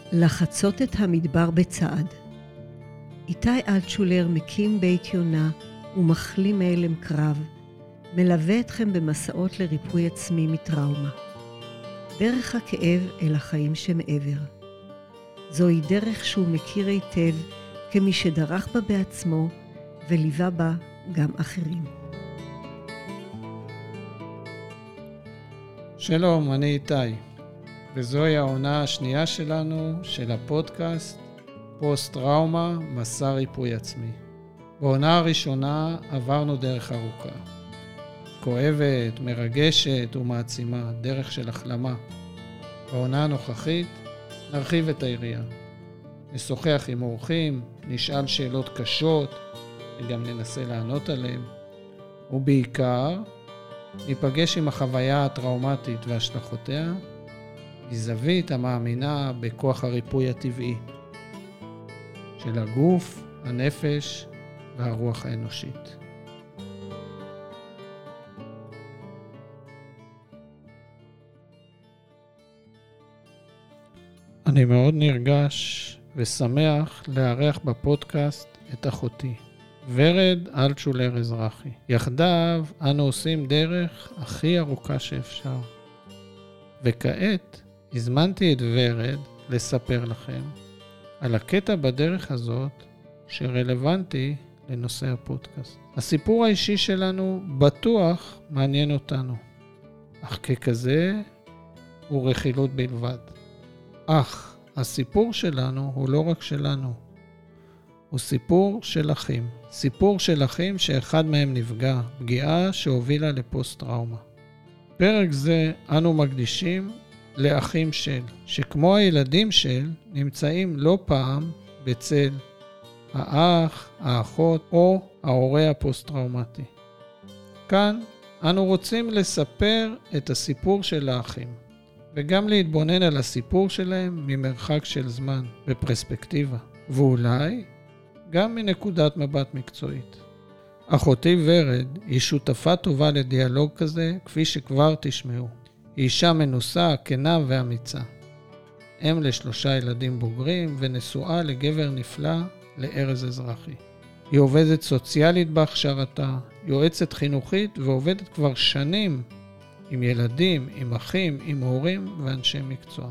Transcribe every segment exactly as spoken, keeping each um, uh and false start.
לחצות את המדבר בצעד. איתי אלטשולר מקים בית יונה ומחלים מאלם קרב, מלווה אתכם במסעות לריפוי עצמי מטראומה. דרך הכאב אל החיים שמעבר. זוהי דרך שהוא מכיר היטב כמי שדרך בה בעצמו וליווה בה גם אחרים. שלום, אני איתי, וזוהי העונה השנייה שלנו של הפודקאסט פוסט-טראומה, מסע ריפוי עצמי. בעונה הראשונה עברנו דרך ארוכה. כואבת, מרגשת ומעצימה, דרך של החלמה. בעונה הנוכחית נרחיב את היריעה. נשוחח עם אורחים, נשאל שאלות קשות וגם ננסה לענות עליהן. ובעיקר ניפגש עם החוויה הטראומטית והשלכותיה מזווית המאמינה בכוח הריפוי הטבעי של הגוף, הנפש והרוח האנושית. אני מאוד נרגש ושמח לארח בפודקאסט את אחותי, ורד אלטשולר אזרחי. יחדיו אנו עושים דרך הכי ארוכה שאפשר. וכעת הזמנתי את ורד לספר לכם על הקטע בדרך הזאת שרלוונטי לנושא הפודקאסט. הסיפור האישי שלנו בטוח מעניין אותנו, אך ככזה הוא רכילות בלבד. אך הסיפור שלנו הוא לא רק שלנו, הוא סיפור של אחים. סיפור של אחים שאחד מהם נפגע, פגיעה שהובילה לפוסט-טראומה. פרק זה אנו מקדישים לאחים של, שכמו הילדים של, נמצאים לא פעם בצל האח, האחות או ההורה הפוסט-טראומטי. כאן אנו רוצים לספר את הסיפור של האחים, וגם להתבונן על הסיפור שלהם ממרחק של זמן בפרספקטיבה, ואולי גם מנקודת מבט מקצועית. אחותי ורד היא שותפה טובה לדיאלוג כזה, כפי שכבר תשמעו. היא אישה מנוסה, כנה ואמיצה. אם לשלושה ילדים בוגרים ונשואה לגבר נפלא, לארז אזרחי. היא עובדת סוציאלית בהכשרתה, יועצת חינוכית ועובדת כבר שנים עם ילדים, עם אחים, עם הורים ואנשי מקצוע.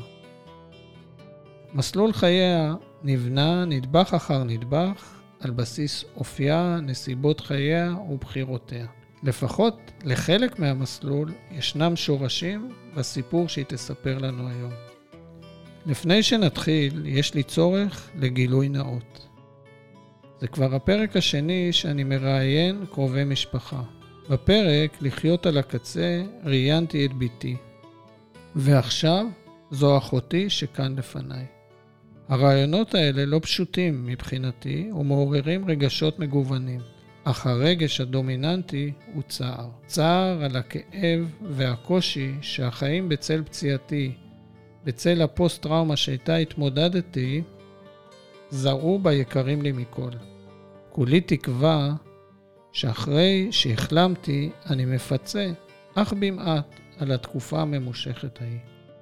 מסלול חייה נבנה נדבך אחר נדבך על בסיס אופייה, נסיבות חייה ובחירותיה. לפחות לחלק מהמסלול ישנם שורשים בסיפור שהיא תספר לנו היום. לפני שנתחיל, יש לי צורך לגילוי נאות. זה כבר הפרק השני שאני מראיין קרובי משפחה. בפרק לחיות על הקצה ראיינתי את ביתי, ועכשיו זו אחותי שכאן לפניי. הרעיונות האלה לא פשוטים מבחינתי ומעוררים רגשות מגוונים, אך הרגש הדומיננטי הוא צער. צער על הכאב והקושי שהחיים בצל פציעתי, בצל הפוסט-טראומה שאיתה התמודדתי, זרעו ביקרים לי מכל. כולי תקווה שאחרי שהחלמתי אני מפצה, אך במעט, על התקופה הממושכת ההיא.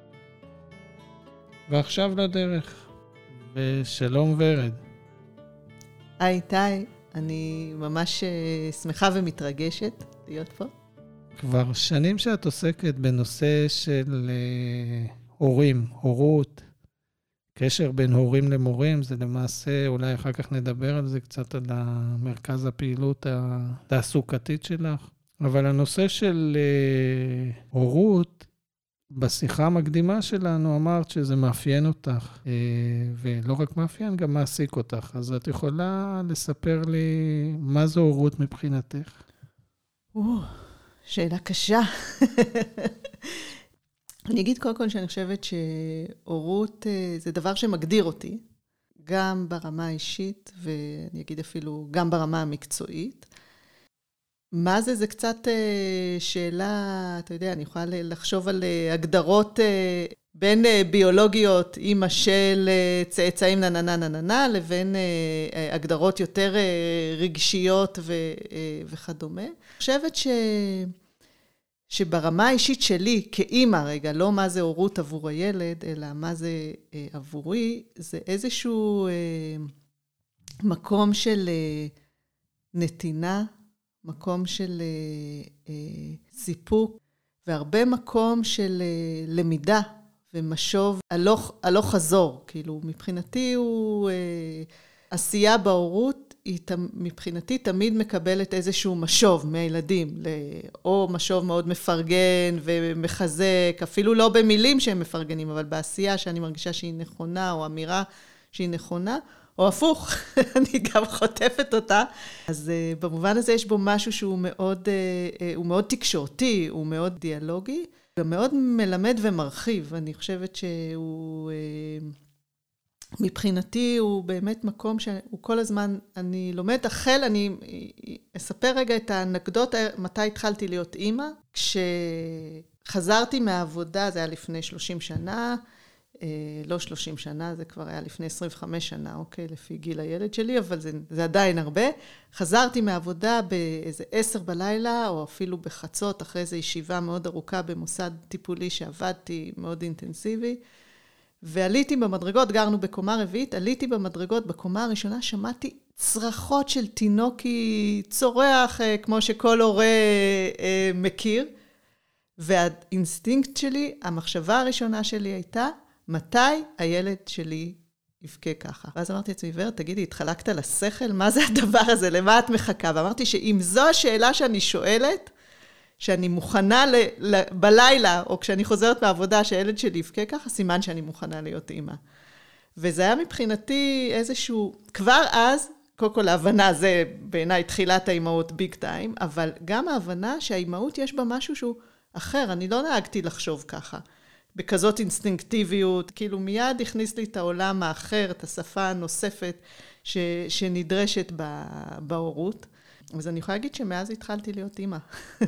ועכשיו לדרך. ושלום ורד. היי איתי, אני ממש שמחה ומתרגשת להיות פה. כבר שנים שאת עוסקת בנושא של uh, הורים, הורות, קשר בין הורים למורים, זה למעשה, אולי אחר כך נדבר על זה קצת, על המרכז הפעילות התעסוקתית שלך. אבל הנושא של uh, הורות, בשיחה המקדימה שלנו אמרת שזה מאפיין אותך, ולא רק מאפיין, גם מעסיק אותך. אז את יכולה לספר לי מה זו הורות מבחינתך? או, שאלה קשה. אני אגיד קודם כל שאני חושבת שהורות זה דבר שמגדיר אותי, גם ברמה האישית, ואני אגיד אפילו גם ברמה המקצועית. מה זה? זה קצת שאלה, אתה יודע, אני יכולה לחשוב על הגדרות בין ביולוגיות, אמא של צאצאים נננננננה, לבין הגדרות יותר רגשיות וכדומה. אני חושבת שברמה האישית שלי, כאימא רגע, לא מה זה הורות עבור הילד, אלא מה זה אה, עבורי, זה איזשהו אה, מקום של אה, נתינה, מקום של אה, אה, סיפוק, והרבה מקום של אה, למידה ומשוב הלוך, הלוך חזור. כאילו, מבחינתי הוא אה, עשייה בהורות, היא מבחינתי תמיד מקבלת איזשהו משוב מהילדים, או משוב מאוד מפרגן ומחזק, אפילו לא במילים שהם מפרגנים, אבל בעשייה שאני מרגישה שהיא נכונה, או אמירה שהיא נכונה, או הפוך, אני גם חוטפת אותה. אז במובן הזה יש בו משהו שהוא מאוד, הוא מאוד תקשורתי, הוא מאוד דיאלוגי, גם מאוד מלמד ומרחיב. אני חושבת שהוא... מבחינתי הוא באמת מקום שהוא כל הזמן, אני לומדת החל, אני אספר רגע את האנקדוטה, מתי התחלתי להיות אימא. כשחזרתי מהעבודה, זה היה לפני שלושים שנה, לא שלושים שנה, זה כבר היה לפני עשרים וחמש שנה, אוקיי, לפי גיל הילד שלי, אבל זה, זה עדיין הרבה. חזרתי מהעבודה באיזה עשר בלילה, או אפילו בחצות, אחרי איזו ישיבה מאוד ארוכה במוסד טיפולי שעבדתי, מאוד אינטנסיבי. ועליתי במדרגות, גרנו בקומה רביעית, עליתי במדרגות, בקומה הראשונה שמעתי צרחות של תינוקי צורח, כמו שכל הורה מכיר, והאינסטינקט שלי, המחשבה הראשונה שלי הייתה, מתי הילד שלי יבכה ככה? ואז אמרתי לעצמי, ורד, תגידי, התחלקת לשכל? מה זה הדבר הזה? למה את מחכה? ואמרתי שאם זו השאלה שאני שואלת, שאני מוכנה ל, ל, בלילה, או כשאני חוזרת מהעבודה, שהילד שלי יבכה ככה, סימן שאני מוכנה להיות אימא. וזה היה מבחינתי איזשהו, כבר אז, קודם כל ההבנה, זה בעיניי תחילת האימהות ביג טיים, אבל גם ההבנה שהאימהות יש בה משהו שהוא אחר, אני לא נהגתי לחשוב ככה, בכזאת אינסטינקטיביות, כאילו מיד הכניס לי את העולם האחר, את השפה הנוספת ש, שנדרשת בהורות. אז אני יכולה להגיד שמאז התחלתי להיות אימא.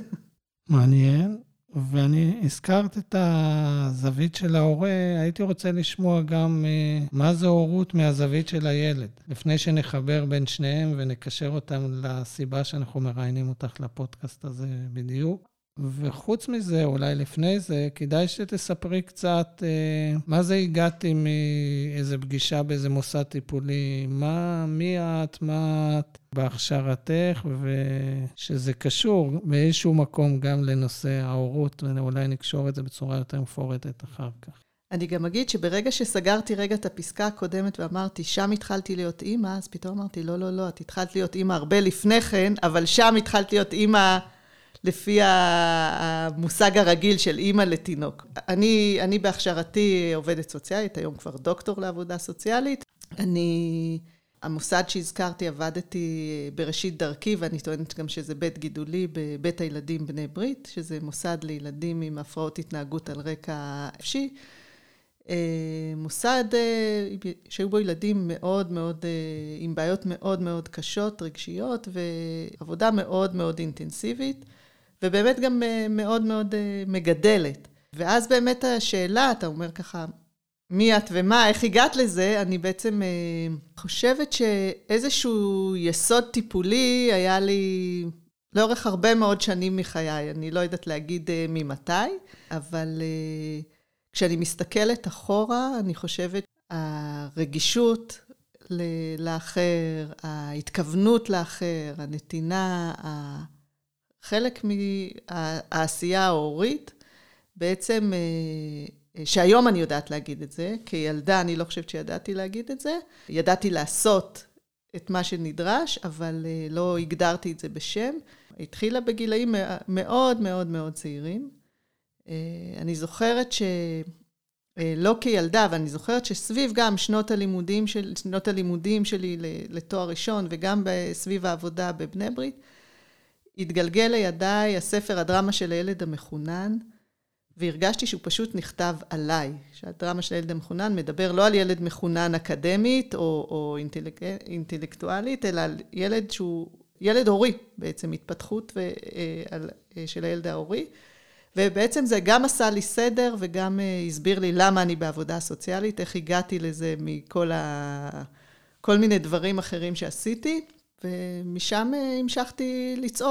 מעניין, ואני הזכרת את הזווית של ההורה, הייתי רוצה לשמוע גם מה זה הורות מהזווית של הילד, לפני שנחבר בין שניהם ונקשר אותם לסיבה שאנחנו מראיינים אותך לפודקאסט הזה בדיוק. וחוץ מזה, אולי לפני זה, כדאי שתספרי קצת אה, מה זה הגעתי מאיזה פגישה באיזה מוסד טיפולי, מה, מי את, מה את בהכשרתך, ושזה קשור באיזשהו מקום גם לנושא ההורות, ואולי נקשור את זה בצורה יותר מפורטת אחר כך. אני גם אגיד שברגע שסגרתי רגע את הפסקה הקודמת ואמרתי, שם התחלתי להיות אימא, אז פתאום אמרתי, לא, לא, לא, את התחלת להיות אימא הרבה לפני כן, אבל שם התחלת להיות אימא לפי המושג הרגיל של אימא לתינוק. אני, אני בהכשרתי עובדת סוציאלית, היום כבר דוקטור לעבודה סוציאלית. אני, המוסד שהזכרתי, עבדתי בראשית דרכי, ואני טוענת גם שזה בית גידולי בבית הילדים בני ברית, שזה מוסד לילדים עם הפרעות התנהגות על רקע נפשי. מוסד שהיו בו ילדים מאוד מאוד, עם בעיות מאוד מאוד קשות, רגשיות, ועבודה מאוד מאוד אינטנסיבית. ובאמת גם מאוד מאוד מגדלת. ואז באמת השאלה, אתה אומר ככה, מי את ומה, איך הגעת לזה, אני בעצם חושבת שאיזשהו יסוד טיפולי היה לי לאורך הרבה מאוד שנים מחיי, אני לא יודעת להגיד ממתי, אבל כשאני מסתכלת אחורה, אני חושבת הרגישות לאחר, ההתכוונות לאחר, הנתינה, חלק מהעשייה ההורית, בעצם, שהיום אני יודעת להגיד את זה, כילדה אני לא חושבת שידעתי להגיד את זה, ידעתי לעשות את מה שנדרש, אבל לא הגדרתי את זה בשם. התחילה בגילאים מאוד מאוד מאוד צעירים. אני זוכרת שלא כילדה, אבל אני זוכרת שסביב גם שנות הלימודים, של, שנות הלימודים שלי לתואר ראשון, וגם סביב העבודה בבני ברית, התגלגל לידיי הספר הדרמה של הילד המחונן, והרגשתי שהוא פשוט נכתב עליי. שהדרמה של הילד המחונן מדבר לא על ילד מחונן אקדמית או, או אינטלק, אינטלקטואלית, אלא על ילד שהוא ילד הורי, בעצם התפתחות ו, של הילד ההורי. ובעצם זה גם עשה לי סדר וגם הסביר לי למה אני בעבודה סוציאלית, איך הגעתי לזה מכל ה, כל מיני דברים אחרים שעשיתי. ומשם המשכתי לצעוד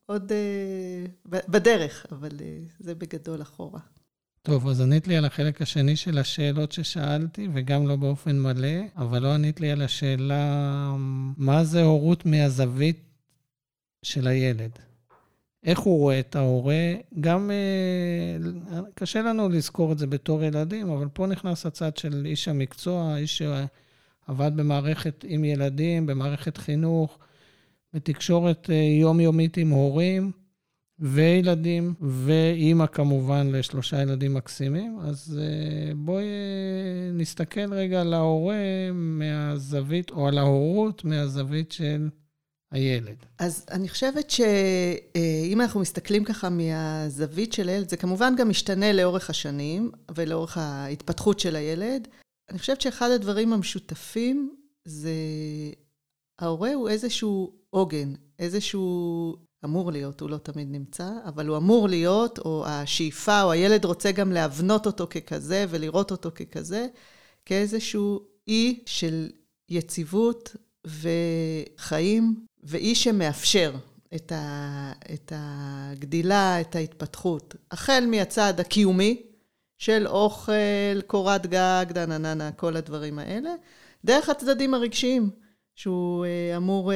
עוד בדרך, אבל זה בגדול אחורה. טוב, אז ענית לי על החלק השני של השאלות ששאלתי, וגם לא באופן מלא, אבל לא ענית לי על השאלה, מה זה הורות מהזווית של הילד? איך הוא רואה את ההורה? גם קשה לנו לזכור את זה בתור ילדים, אבל פה נכנס הצד של איש המקצוע, איש שעבד במערכת עם ילדים, במערכת חינוך, בתקשורת יומיומית עם הורים, וילדים, ואימא כמובן לשלושה ילדים מקסימים. אז בואי נסתכל רגע על ההורה מהזווית, או על ההורות מהזווית של הילד. אז אני חושבת שאם אנחנו מסתכלים ככה מהזווית של הילד, זה כמובן גם משתנה לאורך השנים, ולאורך ההתפתחות של הילד. אני חושבת שאחד הדברים המשותפים, זה ההורה הוא איזשהו עוגן, איזשהו אמור להיות, הוא לא תמיד נמצא, אבל הוא אמור להיות, או השאיפה, או הילד רוצה גם להבנות אותו ככזה, ולראות אותו ככזה, כאיזשהו אי של יציבות וחיים, ואי שמאפשר את, ה, את הגדילה, את ההתפתחות. החל מהצד הקיומי, של אוכל, קורת גג, דנננה, כל הדברים האלה, דרך הצדדים הרגשיים, שהוא אמור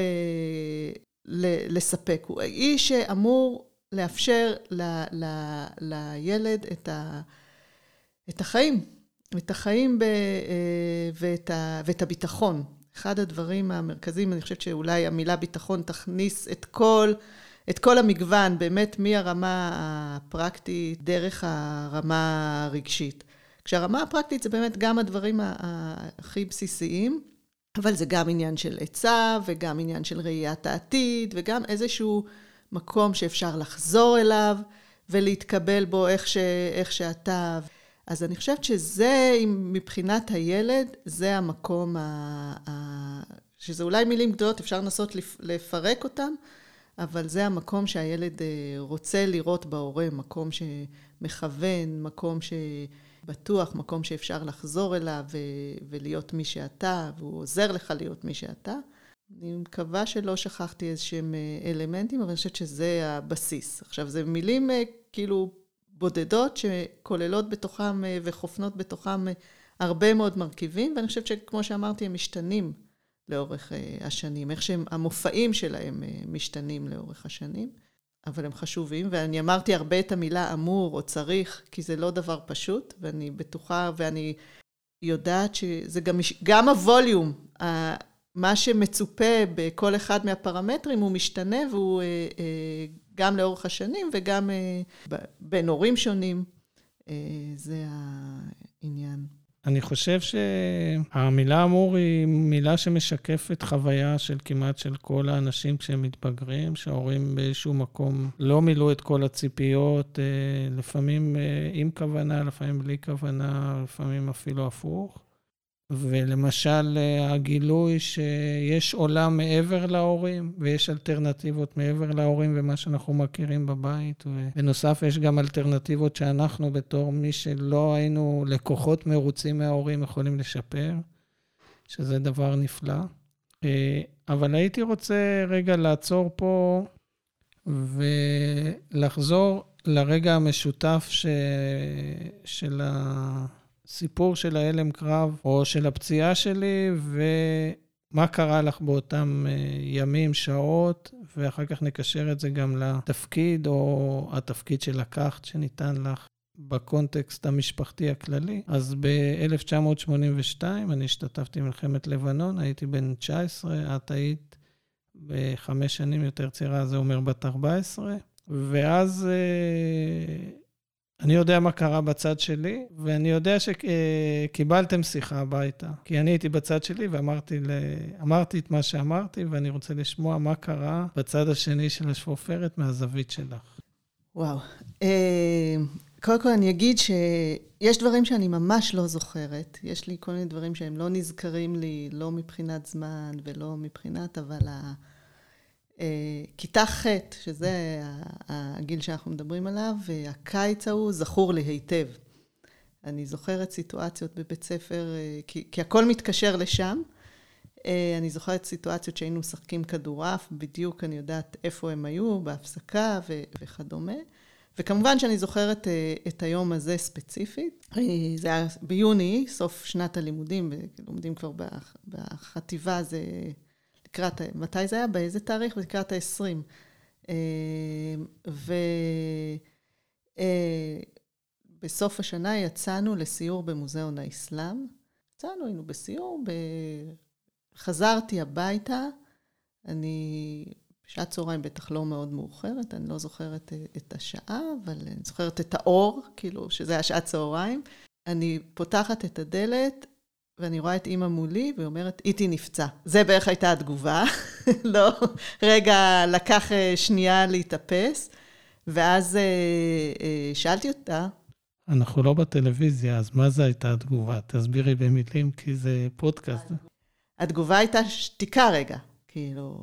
לספק. הוא איש שאמור לאפשר ל, ל, לילד את, ה, את החיים, את החיים ב, ואת, ה, ואת הביטחון. אחד הדברים המרכזיים, אני חושבת שאולי המילה ביטחון תכניס את כל, את כל המגוון, באמת מהרמה הפרקטית, דרך הרמה הרגשית. כשהרמה הפרקטית זה באמת גם הדברים הכי בסיסיים, אבל זה גם עניין של עצה, וגם עניין של ראיית העתיד, וגם איזשהו מקום שאפשר לחזור אליו, ולהתקבל בו איך, ש, איך שאתה. אז אני חושבת שזה, מבחינת הילד, זה המקום, ה, ה, שזה אולי מילים גדולות, אפשר לנסות לפרק אותם, אבל זה המקום שהילד רוצה לראות בהורה, מקום שמכוון, מקום שבטוח, מקום שאפשר לחזור אליו ולהיות מי שאתה, והוא עוזר לך להיות מי שאתה. אני מקווה שלא שכחתי איזשהם אלמנטים, אבל אני חושבת שזה הבסיס. עכשיו, זה מילים כאילו בודדות שכוללות בתוכם וחופנות בתוכם הרבה מאוד מרכיבים, ואני חושבת שכמו שאמרתי, הם משתנים לאורך השנים, איך שהמופעים שלהם משתנים לאורך השנים, אבל הם חשובים, ואני אמרתי הרבה את המילה אמור או צריך, כי זה לא דבר פשוט, ואני בטוחה, ואני יודעת שזה גם, גם הווליום, מה שמצופה בכל אחד מהפרמטרים הוא משתנה, והוא גם לאורך השנים וגם בין הורים שונים, זה העניין. אני חושב שהמילה אמור היא מילה שמשקפת חוויה של כמעט של כל האנשים כשהם מתבגרים, שההורים באיזשהו מקום לא מילאו את כל הציפיות, לפעמים עם כוונה, לפעמים בלי כוונה, לפעמים אפילו הפוך. ולמשל הגילוי שיש עולם מעבר להורים, ויש אלטרנטיבות מעבר להורים ומה שאנחנו מכירים בבית, ובנוסף יש גם אלטרנטיבות שאנחנו בתור מי שלא היינו לקוחות מרוצים מההורים יכולים לשפר, שזה דבר נפלא. אבל הייתי רוצה רגע לעצור פה ולחזור לרגע המשותף ש... של ה... סיפור של ההלם קרב, או של הפציעה שלי, ומה קרה לך באותם ימים, שעות, ואחר כך נקשר את זה גם לתפקיד, או התפקיד שלקחת, שניתן לך בקונטקסט המשפחתי הכללי. אז ב-אלף תשע מאות שמונים ושתיים, אני השתתפתי במלחמת לבנון, הייתי בן תשע עשרה, את היית בחמש שנים יותר צעירה, זה אומר בת ארבע עשרה, ואז אני יודע מה קרה בצד שלי, ואני יודע שקיבלתם שיחה הביתה, כי אני הייתי בצד שלי ואמרתי אמרתי את מה שאמרתי, ואני רוצה לשמוע מה קרה בצד השני של השפופרת מהזווית שלך. וואו. קודם כל אני אגיד שיש דברים שאני ממש לא זוכרת, יש לי כל מיני דברים שהם לא נזכרים לי, לא מבחינת זמן ולא מבחינת, אבל ה... כיתה ח', שזה הגיל שאנחנו מדברים עליו, והקיץ ההוא זכור לי היטב. אני זוכרת סיטואציות בבית ספר, כי, כי הכל מתקשר לשם, אני זוכרת סיטואציות שהיינו משחקים כדורעף, בדיוק אני יודעת איפה הם היו, בהפסקה ו- וכדומה. וכמובן שאני זוכרת את היום הזה ספציפית. זה היה ביוני, סוף שנת הלימודים, ולומדים כבר בחטיבה, זה לקראת, מתי זה היה? באיזה תאריך? לקראת ה-עשרים. ובסוף השנה יצאנו לסיור במוזיאון האסלאם. יצאנו, היינו בסיור, חזרתי הביתה, אני בשעת צהריים בטח לא מאוד מאוחרת, אני לא זוכרת את השעה, אבל אני זוכרת את האור, כאילו שזה היה שעת צהריים. אני פותחת את הדלת, ואני רואה את אמא מולי, והיא אומרת, איתי נפצע. זה בערך הייתה התגובה, לא, רגע לקח שנייה להתאפס, ואז שאלתי אותה, אנחנו לא בטלוויזיה, אז מה זה הייתה התגובה? תסבירי במילים, כי זה פודקאסט. התגובה הייתה שתיקה רגע, כאילו,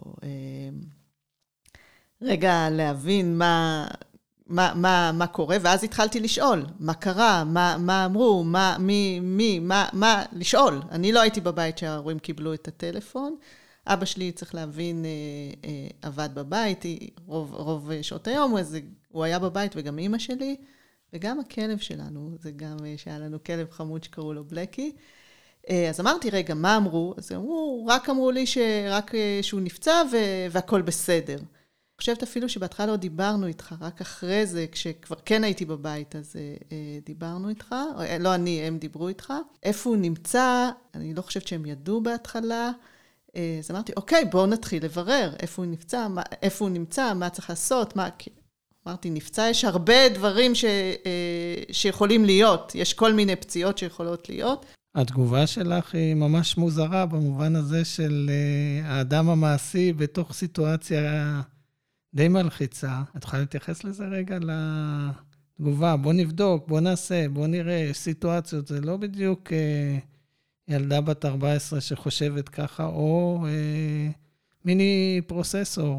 רגע להבין מה, מה, מה, מה קורה, ואז התחלתי לשאול, מה קרה, מה, מה אמרו, מה, מי, מי, מה, מה, לשאול. אני לא הייתי בבית שההורים קיבלו את הטלפון, אבא שלי, צריך להבין, עבד בבית, רוב, רוב שעות היום, אז הוא היה בבית, וגם אמא שלי, וגם הכלב שלנו, זה גם שהיה לנו כלב חמוד שקראו לו בלקי. אז אמרתי, רגע, מה אמרו? אז אמרו, רק אמרו לי שרק שהוא נפצע והכל בסדר. אני חושבת אפילו שבהתחלה לא דיברנו איתך, רק אחרי זה, כשכבר כן הייתי בבית, אז דיברנו איתך, לא אני, הם דיברו איתך. איפה הוא נמצא? אני לא חושבת שהם ידעו בהתחלה. אז אמרתי, אוקיי, בואו נתחיל לברר איפה הוא נפצע, איפה הוא נמצא, מה צריך לעשות, מה... אמרתי, נפצע, יש הרבה דברים ש, שיכולים להיות, יש כל מיני פציעות שיכולות להיות. התגובה שלך היא ממש מוזרה, במובן הזה של האדם המעשי בתוך סיטואציה די מלחיצה. את יכולה להתייחס לזה רגע לתגובה, בוא נבדוק, בוא נעשה, בוא נראה, יש סיטואציות, זה לא בדיוק ילדה בת ארבע עשרה שחושבת ככה, או מיני פרוססור.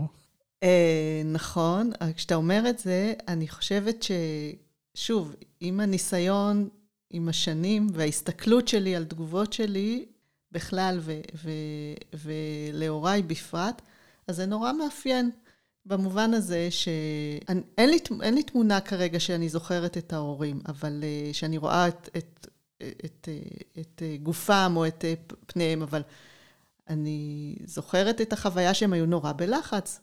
נכון, כשאתה אומר את זה, אני חושבת ששוב, עם הניסיון, עם השנים וההסתכלות שלי על תגובות שלי בכלל ו- ו- ולהוריי בפרט, אז זה נורא מאפיין במובן הזה שאין לי, אין לי תמונה כרגע שאני זוכרת את ההורים, אבל שאני רואה את, את, את, את גופם או את פניהם, אבל אני זוכרת את החוויה שהם היו נורא בלחץ,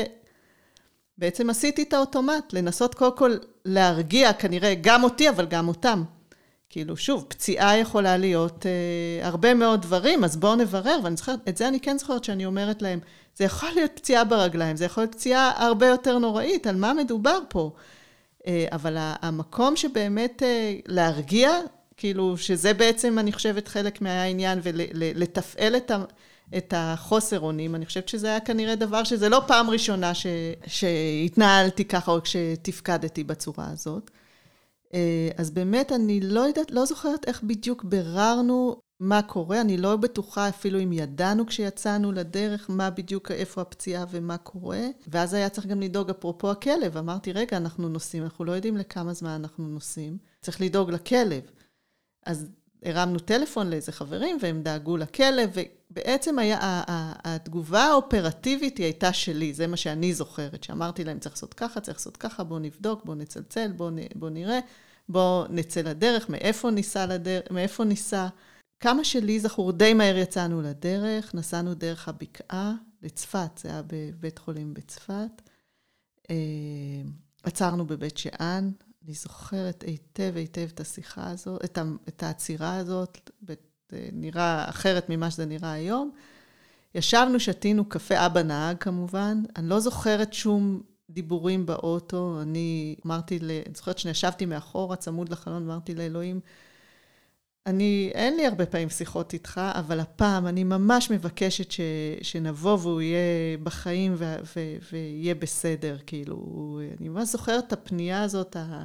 ובעצם עשיתי את האוטומט, לנסות קודם כל להרגיע כנראה גם אותי, אבל גם אותם. כאילו, שוב, פציעה יכולה להיות אה, הרבה מאוד דברים, אז בואו נברר, ואני זוכרת, את זה אני כן זוכרת שאני אומרת להם, זה יכול להיות פציעה ברגליים, זה יכול להיות פציעה הרבה יותר נוראית, על מה מדובר פה? אה, אבל המקום שבאמת אה, להרגיע, כאילו, שזה בעצם, אני חושבת, חלק מהעניין, ולתפעל את ה... את החוסר אונים, אני חושבת שזה היה כנראה דבר שזה לא פעם ראשונה ש, שהתנהלתי ככה או כשתפקדתי בצורה הזאת. אז באמת אני לא יודעת, לא זוכרת איך בדיוק בררנו מה קורה, אני לא בטוחה אפילו אם ידענו כשיצאנו לדרך מה בדיוק, איפה הפציעה ומה קורה, ואז היה צריך גם לדאוג אפרופו הכלב, אמרתי רגע אנחנו נוסעים, אנחנו לא יודעים לכמה זמן אנחנו נוסעים, צריך לדאוג לכלב. אז הרמנו טלפון לאיזה חברים והם דאגו לכלב, ובעצם היה, התגובה האופרטיבית היא הייתה שלי, זה מה שאני זוכרת, שאמרתי להם צריך לעשות ככה, צריך לעשות ככה, בוא נבדוק, בוא נצלצל, בוא, בוא נראה, בוא נצא לדרך, מאיפה ניסה לדרך, מאיפה ניסה. כמה שלי זכור, די מהר יצאנו לדרך, נסענו דרך הבקעה לצפת, זה היה בבית חולים בצפת, עצרנו בבית שאן, אני זוכרת היטב היטב את השיחה הזאת, את, את העצירה הזאת, נראה אחרת ממה שזה נראה היום. ישבנו, שתינו קפה, אבא נהג כמובן, אני לא זוכרת שום דיבורים באוטו, אני אמרתי, אני זוכרת שנשבתי מאחורה, צמוד לחלון, אמרתי לאלוהים, אני, אין לי הרבה פעמים שיחות איתך, אבל הפעם אני ממש מבקשת ש, שנבוא והוא יהיה בחיים ו, ו, ויהיה בסדר, כאילו, אני ממש זוכרת את הפנייה הזאת, ה,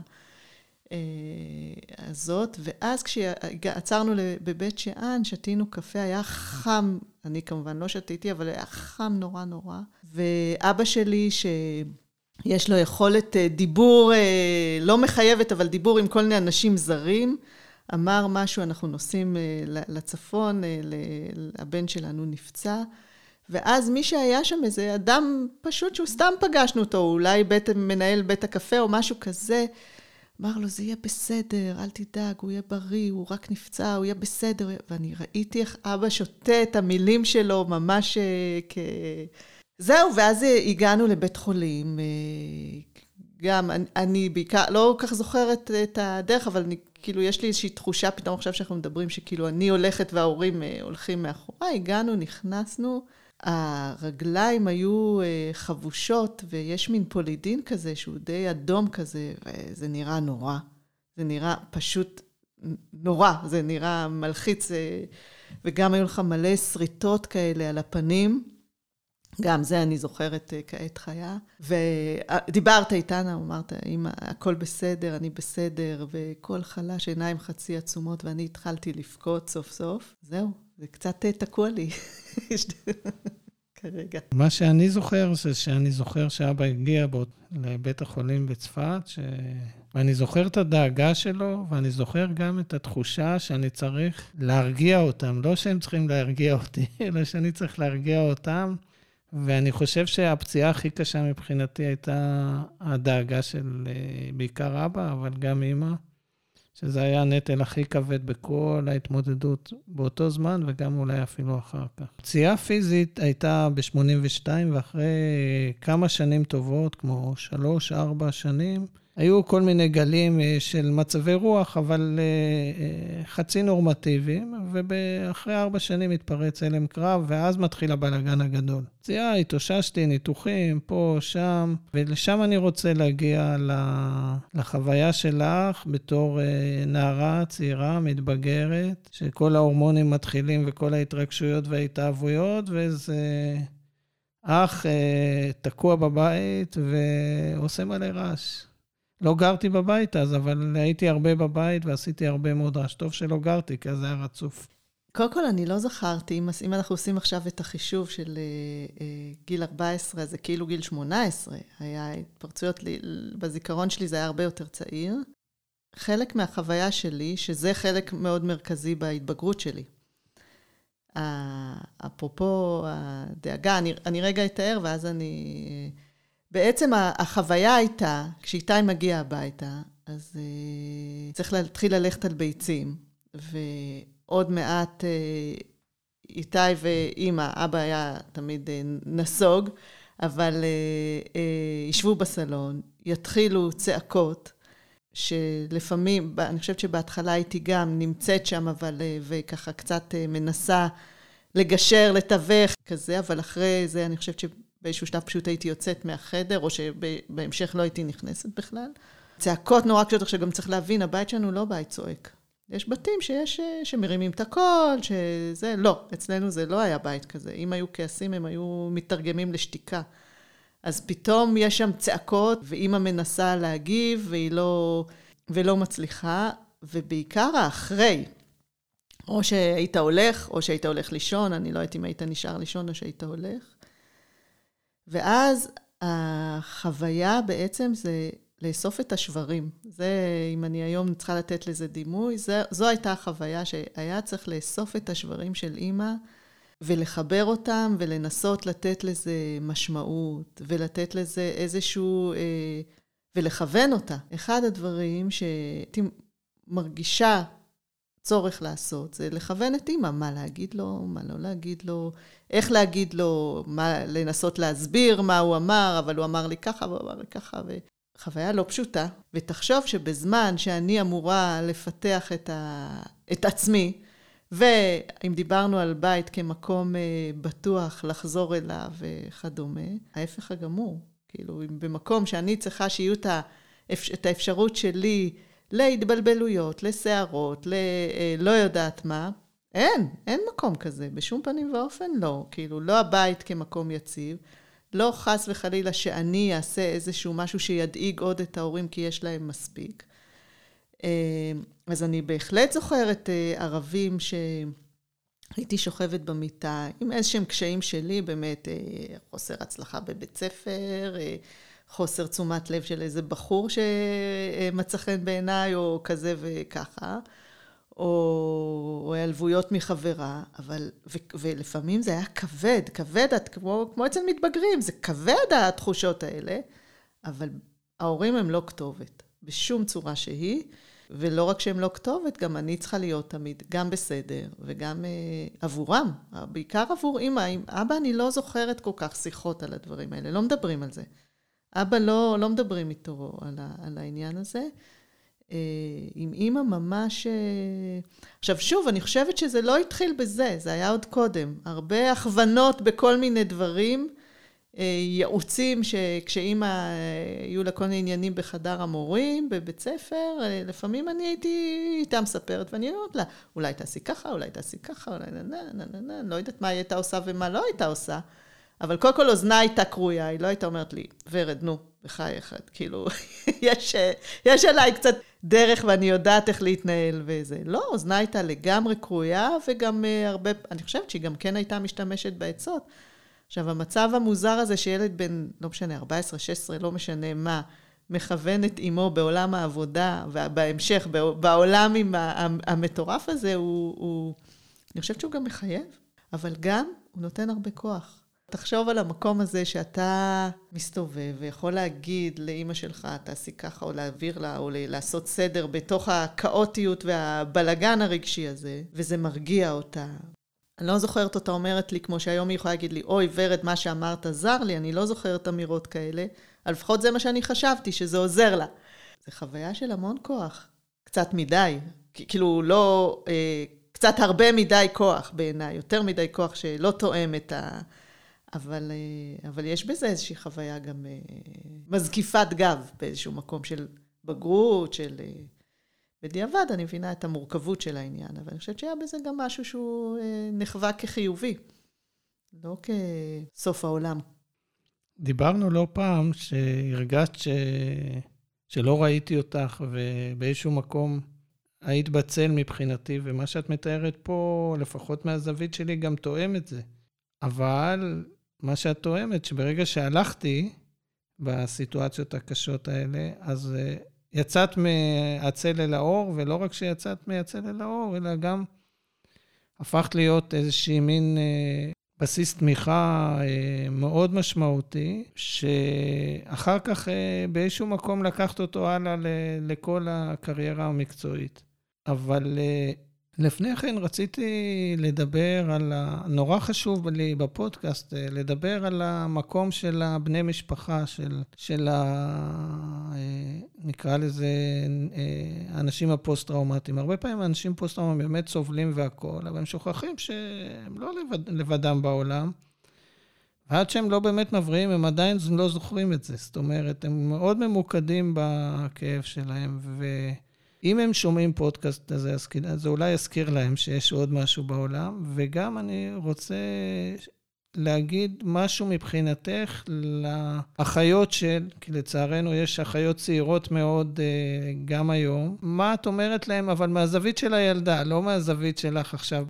הזאת, ואז כשעצרנו בבית שאן, שתינו קפה, היה חם, אני כמובן לא שתיתי, אבל היה חם נורא נורא, ואבא שלי שיש לו יכולת דיבור, לא מחייבת, אבל דיבור עם כל מיני אנשים זרים, אמר משהו, אנחנו נוסעים לצפון, הבן שלנו נפצע, ואז מי שהיה שם איזה אדם פשוט שהוא סתם פגשנו אותו, אולי בית, מנהל בית הקפה או משהו כזה, אמר לו, זה יהיה בסדר, אל תדאג, הוא יהיה בריא, הוא רק נפצע, הוא יהיה בסדר. ואני ראיתי איך אבא שותה את המילים שלו ממש כ... זהו, ואז הגענו לבית חולים. גם אני, אני בעיקר, לא כך זוכרת את הדרך, אבל אני, כאילו יש לי איזושהי תחושה, פתאום עכשיו שאנחנו מדברים, שכאילו אני הולכת וההורים הולכים מאחורה. הגענו, נכנסנו, הרגליים היו חבושות, ויש מין פולידין כזה, שהוא די אדום כזה, וזה נראה נורא. זה נראה פשוט נורא, זה נראה מלחיץ, וגם היו לך מלא שריטות כאלה על הפנים, גם זה אני זוכרת כעת חיה. ודיברת איתנה, אמרת, אמא, הכל בסדר, אני בסדר, וכל חלש, עיניים חצי עצומות, ואני התחלתי לבכות סוף סוף. זהו, זה קצת תקוע לי. כרגע. מה שאני זוכר, זה שאני זוכר שאבא הגיע לבית החולים בצפת, ש... ואני זוכר את הדאגה שלו, ואני זוכר גם את התחושה שאני צריך להרגיע אותם. לא שהם צריכים להרגיע אותי, אלא שאני צריך להרגיע אותם. ואני חושב שהפציעה הכי קשה מבחינתי הייתה הדאגה של בעיקר אבא, אבל גם אמא, שזה היה הנטל הכי כבד בכל ההתמודדות באותו זמן, וגם אולי אפילו אחר כך. פציעה פיזית הייתה ב-שמונים ושתיים, ואחרי כמה שנים טובות, כמו שלוש, ארבע שנים, היו כל מיני גלים של מצבי רוח, אבל חצי נורמטיביים, ואחרי ארבע שנים התפרץ הלם קרב, ואז מתחיל הבלגן הגדול. פציעה, התאוששתי, ניתוחים, פה, שם, ולשם אני רוצה להגיע לחוויה שלך, בתור נערה, צעירה, מתבגרת, שכל ההורמונים מתחילים, וכל ההתרגשויות וההתאהבויות, וזה אח תקוע בבית, ועושה מלא רעש. לא גרתי בבית אז, אבל הייתי הרבה בבית ועשיתי הרבה מאוד רעש. טוב שלא גרתי, כי זה היה רצוף. קודם כל, אני לא זכרתי, אם, אם אנחנו עושים עכשיו את החישוב של אה, גיל ארבע עשרה, זה כאילו גיל שמונה עשרה. היה התפרצויות לי, בזיכרון שלי זה היה הרבה יותר צעיר. חלק מהחוויה שלי, שזה חלק מאוד מרכזי בהתבגרות שלי. אפרופו הדאגה, אני, אני רגע אתאר ואז אני... בעצם החוויה הייתה, כשאיתי מגיע הביתה, אז uh, צריך להתחיל ללכת על ביצים, ועוד מעט uh, איתי ואמא, אבא היה תמיד uh, נסוג, אבל uh, uh, ישבו בסלון, יתחילו צעקות, שלפעמים, אני חושבת שבהתחלה הייתי גם נמצאת שם, אבל, uh, וככה קצת uh, מנסה לגשר, לתווך כזה, אבל אחרי זה אני חושבת ש... באיזשהו שלב פשוט הייתי יוצאת מהחדר, או שבהמשך לא הייתי נכנסת בכלל. צעקות נורא קשות, שגם צריך להבין, הבית שלנו לא בית צועק. יש בתים שיש, שמרימים את הכל, שזה, לא, אצלנו זה לא היה בית כזה. אם היו כעסים, הם היו מתרגמים לשתיקה. אז פתאום יש שם צעקות, ואמא מנסה להגיב, והיא לא, ולא מצליחה, ובעיקר האחרי, או שהיית הולך, או שהיית הולך לישון, אני לא הייתי אם היית נשאר לישון, או שהיית הולך. ואז החוויה בעצם זה לאסוף את השברים. זה, אם אני היום צריכה לתת לזה דימוי, זה, זו הייתה החוויה שהיה צריך לאסוף את השברים של אמא, ולחבר אותם, ולנסות לתת לזה משמעות, ולתת לזה איזשהו, אה, ולכוון אותה. אחד הדברים שהייתי מרגישה צורך לעשות, זה לכוון את אמא, מה להגיד לו, מה לא להגיד לו, איך להגיד לו, מה, לנסות להסביר מה הוא אמר, אבל הוא אמר לי ככה, והוא אמר לי ככה, וחוויה לא פשוטה. ותחשוב שבזמן שאני אמורה לפתח את, ה, את עצמי, ואם דיברנו על בית כמקום בטוח לחזור אליו וכדומה, ההפך הגמור. כאילו, במקום שאני צריכה שיהיו את האפשרות שלי, להתבלבלויות, לסערות, ללא יודעת מה, אין, אין מקום כזה, בשום פנים ואופן לא, כאילו לא הבית כמקום יציב, לא חס וחלילה שאני אעשה איזשהו משהו שידאיג עוד את ההורים כי יש להם מספיק. אז אני בהחלט זוכרת ערבים שהייתי שוכבת במיטה עם איזשהם קשיים שלי, באמת חוסר הצלחה בבית ספר, חוסר תשומת לב של איזה בחור שמצא חן בעיניי או כזה וככה, או, או העלבויות מחברה, אבל, ו, ולפעמים זה היה כבד, כבד, כמו, כמו אצל מתבגרים, זה כבד התחושות האלה, אבל ההורים הם לא כתובת, בשום צורה שהיא, ולא רק שהם לא כתובת, גם אני צריכה להיות תמיד, גם בסדר, וגם אה, עבורם, בעיקר עבור אמא. עם אבא אני לא זוכרת כל כך שיחות על הדברים האלה, לא מדברים על זה. אבא לא, לא מדברים איתו על, ה, על העניין הזה. אה, עם אמא ממש... אה... עכשיו שוב, אני חושבת שזה לא התחיל בזה, זה היה עוד קודם. הרבה הכוונות בכל מיני דברים, ייעוצים שכשאימא היו לה כל מיני עניינים בחדר המורים, בבית ספר, לפעמים אני הייתי איתה מספרת, ואני אומרת לה, אולי תעשי ככה, אולי תעשי ככה, אולי נה, נה, נה, נה, לא יודעת מה היא הייתה עושה ומה לא הייתה עושה, אבל כל כל אוזנה הייתה קרויה, היא לא הייתה אומרת לי, ורד, נו, בחייך, כאילו, יש, יש עליי קצת דרך ואני יודעת איך להתנהל וזה. לא, אוזנה הייתה לגמרי קרויה, וגם הרבה, אני חושבת שהיא גם כן הייתה משתמשת בעצות. עכשיו, המצב המוזר הזה שילד בן, לא משנה, ארבע עשרה, שש עשרה, לא משנה מה, מכוון את אמו בעולם העבודה, ובהמשך, בעולם עם המטורף הזה, הוא, הוא, אני חושבת שהוא גם מחייב, אבל גם הוא נותן הרבה כוח. תחשוב על המקום הזה שאתה מסתובב ויכול להגיד לאמא שלך, תעשי ככה, או להעביר לה, או לעשות סדר בתוך הכאוטיות והבלגן הרגשי הזה, וזה מרגיע אותה. אני לא זוכרת אותה אומרת לי, כמו שהיום היא יכולה להגיד לי, אוי ורד, מה שאמרת עזר לי, אני לא זוכרת אמירות כאלה, אבל לפחות זה מה שאני חשבתי, שזה עוזר לה. זה חוויה של המון כוח, קצת מדי, כאילו לא, אה, קצת הרבה מדי כוח בעיניי, יותר מדי כוח שלא תואם את ה... אבל, אה, אבל יש בזה איזושהי חוויה גם אה, מזקיפת גב, באיזשהו מקום של בגרות, של... אה, בדיעבד אני מבינה את המורכבות של העניין, אבל אני חושבת שהיה בזה גם משהו שהוא נחווה כחיובי, לא כסוף העולם. דיברנו לא פעם שהרגשת ש... שלא ראיתי אותך, ובאיזשהו מקום היית בצל מבחינתי, ומה שאת מתארת פה, לפחות מהזווית שלי, גם תואם את זה. אבל מה שאת תואמת, שברגע שהלכתי בסיטואציות הקשות האלה, אז... יצאת מהצל אל האור, ולא רק שיצאת מהצל אל האור, אלא גם הפכת להיות איזושהי מין אה, בסיס תמיכה אה, מאוד משמעותי, שאחר כך אה, באיזשהו מקום לקחת אותו הלאה ל- לכל הקריירה המקצועית. אבל אה, לפני כן רציתי לדבר על, ה... נורא חשוב לי בפודקאסט, לדבר על המקום של הבני משפחה, של, של ה... נקרא לזה, האנשים הפוסט-טראומטיים. הרבה פעמים האנשים פוסט-טראומטיים באמת סובלים והכל, אבל הם שוכחים שהם לא לבד, לבדם בעולם, ועד שהם לא באמת מבריאים, הם עדיין לא זוכרים את זה. זאת אומרת, הם מאוד ממוקדים בכאב שלהם, ו... אם הם שומעים פודקאסט הזה, אז אולי יזכיר להם שיש עוד משהו בעולם, וגם אני רוצה להגיד משהו מבחינתך לאחיות של, כי לצערנו יש אחיות צעירות מאוד גם היום. מה את אומרת להם, אבל מהזווית של הילדה, לא מהזווית שלך עכשיו,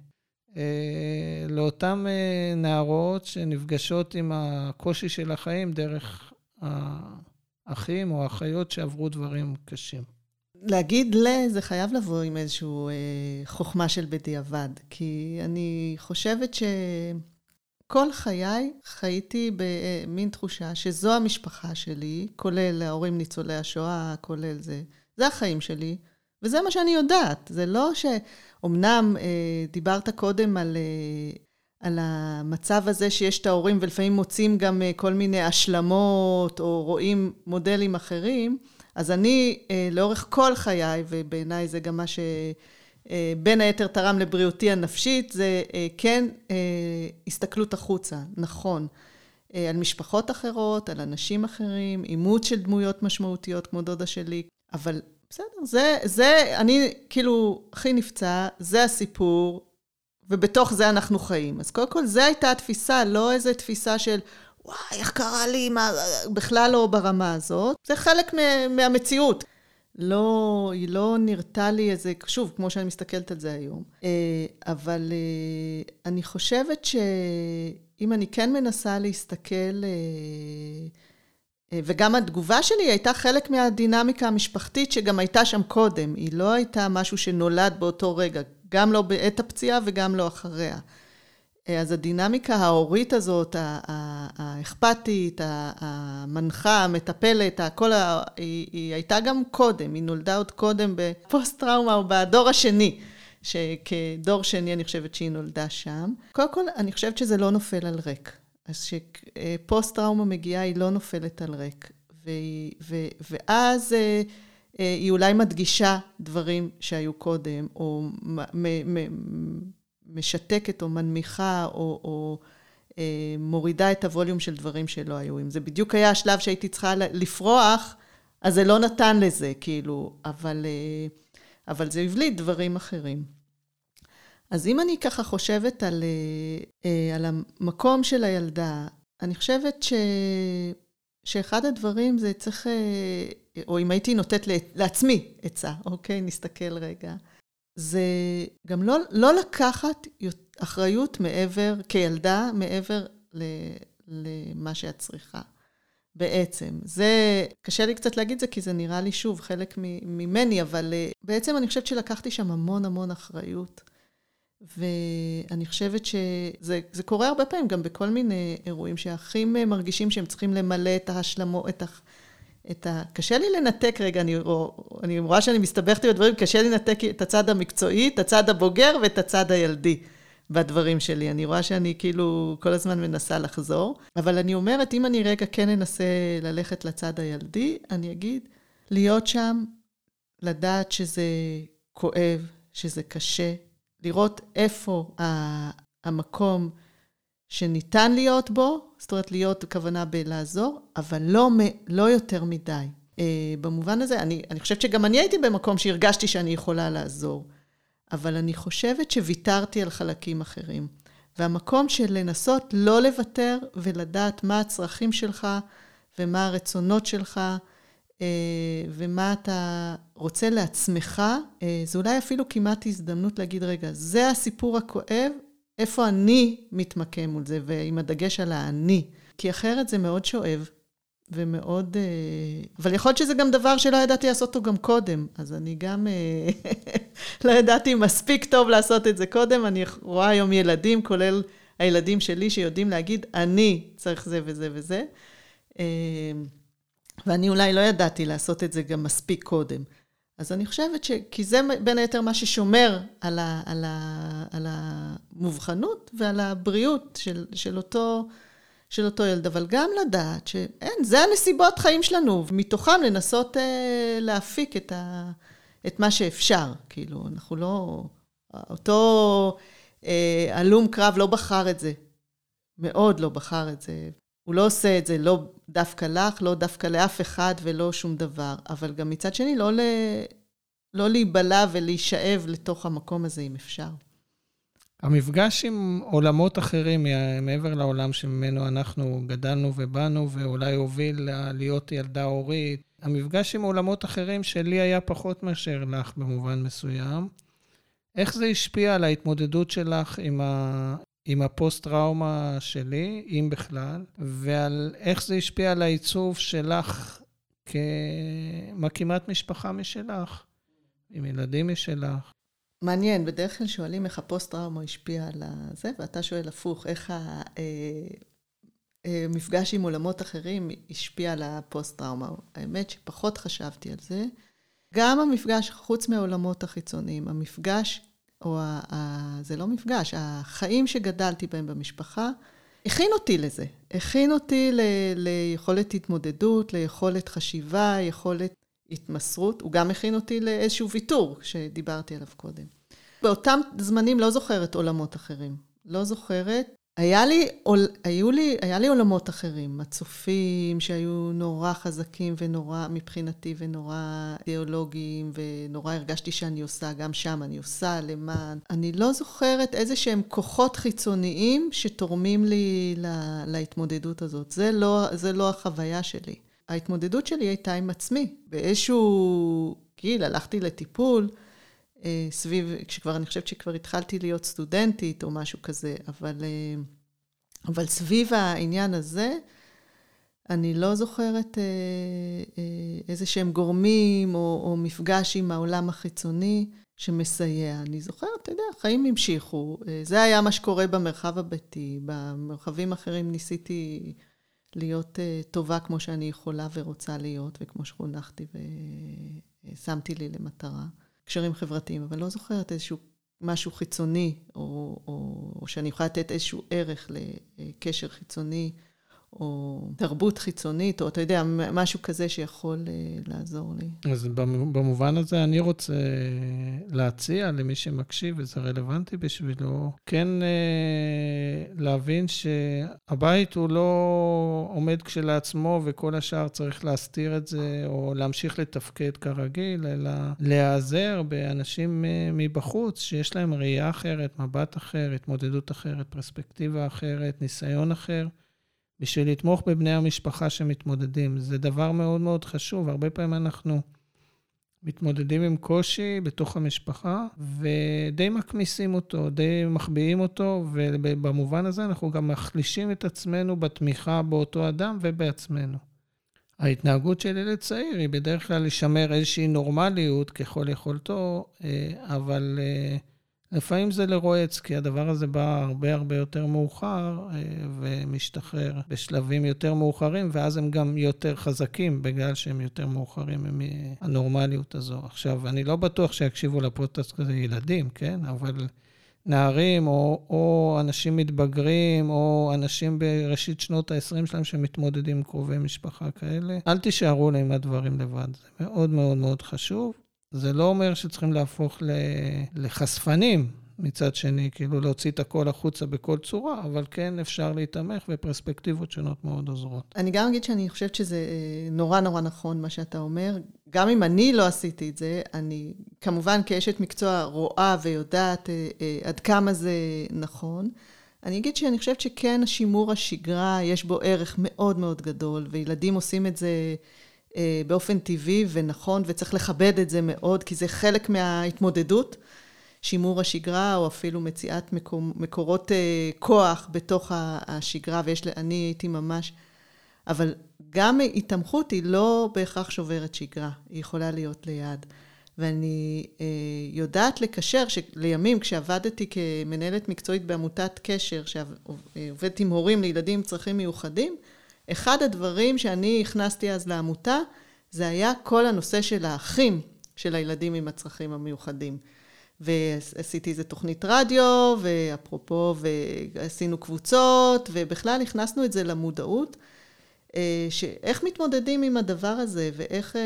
לאותן נערות שנפגשות עם הקושי של החיים דרך האחים או האחיות שעברו דברים קשים. להגיד ל, זה חייב לבוא עם איזשהו אה, חוכמה של בדיעבד, כי אני חושבת שכל חיי חייתי במין תחושה שזו המשפחה שלי, כולל ההורים ניצולי השואה, כולל זה, זה החיים שלי, וזה מה שאני יודעת. זה לא שאומנם אה, דיברת קודם על, אה, על המצב הזה שיש את ההורים, ולפעמים מוצאים גם אה, כל מיני השלמות, או רואים מודלים אחרים, אז אני, לאורך כל חיי, ובעיניי זה גם מה שבין היתר תרם לבריאותי הנפשית, זה כן הסתכלות החוצה, נכון, על משפחות אחרות, על אנשים אחרים, אימות של דמויות משמעותיות כמו דודה שלי, אבל בסדר, זה, זה, אני כאילו הכי נפצע, זה הסיפור, ובתוך זה אנחנו חיים. אז קודם כל, זה הייתה התפיסה, לא איזו תפיסה של... וואי, איך קרה לי, מה, בכלל לא ברמה הזאת. זה חלק מהמציאות. לא, היא לא נראתה לי איזה, שוב, כמו שאני מסתכלת על זה היום. אבל אני חושבת שאם אני כן מנסה להסתכל וגם התגובה שלי הייתה חלק מהדינמיקה המשפחתית שגם הייתה שם קודם. היא לא הייתה משהו שנולד באותו רגע, גם לא בעת הפציעה וגם לא אחריה. אז הדינמיקה ההורית הזאת, האכפתית, המנחה, המטפלת, הכל, היא, היא הייתה גם קודם, היא נולדה עוד קודם בפוסט-טראומה או בדור השני, שכדור שני אני חושבת שהיא נולדה שם. קודם כל, אני חושבת שזה לא נופל על ריק. אז שפוסט-טראומה מגיעה, היא לא נופלת על ריק. ו, ו, ואז היא אולי מדגישה דברים שהיו קודם, או מ, מ, משתקת או מנמיכה, או, או אה, מורידה את הווליום של דברים שלא היו. אם זה בדיוק היה השלב שהייתי צריכה לפרוח, אז זה לא נתן לזה, כאילו, אבל, אה, אבל זה הבליט דברים אחרים. אז אם אני ככה חושבת על, אה, על המקום של הילדה, אני חושבת ש, שאחד הדברים זה צריך, אה, או אם הייתי נותנת לעצמי עצה, אוקיי, נסתכל רגע, זה גם לא, לא לקחת אחריות מעבר, כילדה, מעבר ל, למה שאת צריכה. בעצם, זה, קשה לי קצת להגיד זה, כי זה נראה לי שוב חלק ממני, אבל בעצם אני חושבת שלקחתי שם המון המון אחריות, ואני חושבת שזה זה קורה הרבה פעמים, גם בכל מיני אירועים, שהאחים מרגישים שהם צריכים למלא את ההשלמו, את ה... את ה... קשה לי לנתק רגע, אני, אני רואה שאני מסתבכתי בדברים, קשה לי לנתק את הצד המקצועי, את הצד הבוגר ואת הצד הילדי בדברים שלי. אני רואה שאני כאילו כל הזמן מנסה לחזור, אבל אני אומרת, אם אני רגע כן אנסה ללכת לצד הילדי, אני אגיד, להיות שם, לדעת שזה כואב, שזה קשה, לראות איפה המקום שניתן להיות בו, זאת אומרת להיות כוונה בלעזור, אבל לא, לא יותר מדי. במובן הזה, אני, אני חושבת שגם אני הייתי במקום שהרגשתי שאני יכולה לעזור, אבל אני חושבת שוויתרתי על חלקים אחרים. והמקום של לנסות לא לוותר ולדעת מה הצרכים שלך ומה הרצונות שלך, ומה אתה רוצה לעצמך, זה אולי אפילו כמעט הזדמנות להגיד, רגע, זה הסיפור הכואב, איפה אני מתמקם מול זה, ועם הדגש על האני. כי אחרת זה מאוד שואב, ומאוד... אבל יכול להיות שזה גם דבר שלא ידעתי לעשות אותו גם קודם, אז אני גם לא ידעתי מספיק טוב לעשות את זה קודם, אני רואה היום ילדים, כולל הילדים שלי, שיודעים להגיד, אני צריך זה וזה וזה, ואני אולי לא ידעתי לעשות את זה גם מספיק קודם. אז אני חושבת ש... כי זה בין היתר מה ששומר על, ה, על, ה, על המובחנות ועל הבריאות של, של, אותו, של אותו ילד. אבל גם לדעת שאין, זה הנסיבות חיים שלנו, ומתוכם לנסות אה, להפיק את, ה, את מה שאפשר. כאילו, אנחנו לא... אותו אה, אלום קרב לא בחר את זה. מאוד לא בחר את זה. הוא לא עושה את זה, לא דווקא לך, לא דווקא לאף אחד ולא שום דבר, אבל גם מצד שני לא, ל... לא להיבלה ולהישאב לתוך המקום הזה אם אפשר. המפגש עם עולמות אחרים, מעבר לעולם שממנו אנחנו גדלנו ובאנו, ואולי הוביל להיות ילדה הורית, המפגש עם עולמות אחרים שלי היה פחות מאשר לך במובן מסוים. איך זה השפיע על ההתמודדות שלך עם ה... עם הפוסט-טראומה שלי, אם בכלל, ועל איך זה השפיע על העיצוב שלך כמקימת משפחה משלך, עם ילדים משלך. מעניין, בדרך כלל שואלים איך הפוסט-טראומה השפיע על זה, ואתה שואל הפוך, איך המפגש עם עולמות אחרים השפיע על הפוסט-טראומה. האמת שפחות חשבתי על זה. גם המפגש, חוץ מהעולמות החיצוניים, המפגש, או ה, ה, זה לא מפגש, החיים שגדלתי בהם במשפחה, הכין אותי לזה. הכין אותי ל, ליכולת התמודדות, ליכולת חשיבה, יכולת התמסרות. הוא גם הכין אותי לאיזשהו ויתור, שדיברתי עליו קודם. באותם זמנים לא זוכרת עולמות אחרים. לא זוכרת. היה לי, היו לי, היה לי עולמות אחרים, הצופים שהיו נורא חזקים ונורא מבחינתי ונורא אידיאולוגיים, ונורא הרגשתי שאני עושה, גם שם אני עושה למען. אני לא זוכרת איזה שהם כוחות חיצוניים שתורמים לי לה, להתמודדות הזאת. זה לא, זה לא החוויה שלי. ההתמודדות שלי הייתה עם עצמי. באיזשהו גיל הלכתי לטיפול, סביב, כשכבר, אני חושבת שכבר התחלתי להיות סטודנטית או משהו כזה, אבל, אבל סביב העניין הזה, אני לא זוכרת איזה שהם גורמים או, או מפגש עם העולם החיצוני שמסייע. אני זוכרת, אתה יודע, חיים המשיכו. זה היה מה שקורה במרחב הביתי. במרחבים אחרים ניסיתי להיות טובה כמו שאני יכולה ורוצה להיות, וכמו שחונכתי ושמתי לי למטרה. קשרים חברתיים, אבל לא זוכרת איזשהו משהו חיצוני, או, או, או שאני יכולה לתת איזשהו ערך לקשר חיצוני, או תרבות חיצונית, או אתה יודע, משהו כזה שיכול לעזור לי. אז במובן הזה אני רוצה להציע למי שמקשיב, וזה רלוונטי בשבילו, כן להבין שהבית הוא לא עומד כשלעצמו, וכל השאר צריך להסתיר את זה, או להמשיך לתפקד כרגיל, אלא להיעזר באנשים מבחוץ, שיש להם ראייה אחרת, מבט אחר, התמודדות אחרת, פרספקטיבה אחרת, ניסיון אחר, בשביל לתמוך בבני המשפחה שמתמודדים. זה דבר מאוד מאוד חשוב. הרבה פעמים אנחנו מתמודדים עם קושי בתוך המשפחה, ודי מקמיסים אותו, די מחביאים אותו, ובמובן הזה אנחנו גם מחלישים את עצמנו בתמיכה באותו אדם ובעצמנו. ההתנהגות של ילד צעיר היא בדרך כלל לשמר איזושהי נורמליות ככל יכולתו, אבל לפעמים זה לרועץ, כי הדבר הזה בא הרבה הרבה יותר מאוחר, ומשתחרר בשלבים יותר מאוחרים, ואז הם גם יותר חזקים, בגלל שהם יותר מאוחרים מהנורמליות הזו. עכשיו, אני לא בטוח שיקשיבו לפודקאסט כזה ילדים, כן? אבל נערים, או, או אנשים מתבגרים, או אנשים בראשית שנות ה-עשרים שלהם, שמתמודדים עם קרובי משפחה כאלה, אל תישארו להם הדברים לבד. זה מאוד מאוד מאוד חשוב. זה לא אומר שצריכים להפוך לחשפנים מצד שני, כאילו להוציא את הכל החוצה בכל צורה, אבל כן אפשר להתאמך ופרספקטיבות שונות מאוד עוזרות. אני גם אגיד שאני חושבת שזה נורא נורא נכון מה שאתה אומר. גם אם אני לא עשיתי את זה, אני כמובן כאשת מקצוע רואה ויודעת עד כמה זה נכון. אני אגיד שאני חושבת שכן השימור השגרה יש בו ערך מאוד מאוד גדול, וילדים עושים את זה באופן טבעי ונכון, וצריך לכבד את זה מאוד, כי זה חלק מההתמודדות, שימור השגרה, או אפילו מציאת מקור, מקורות כוח בתוך השגרה, ויש לי, אני הייתי ממש, אבל גם התמחות היא לא בהכרח שוברת שגרה, היא יכולה להיות ליד. ואני יודעת לקשר, שלימים כשעבדתי כמנהלת מקצועית בעמותת קשר, שעובדת עם הורים לילדים עם צרכים מיוחדים, אחד הדברים שאני הכנסתי אז לעמותה, זה היה כל הנושא של האחים של הילדים עם הצרכים המיוחדים. ועשיתי איזו תוכנית רדיו, ואפרופו, ועשינו קבוצות, ובכלל הכנסנו את זה למודעות, שאיך מתמודדים עם הדבר הזה, ואיך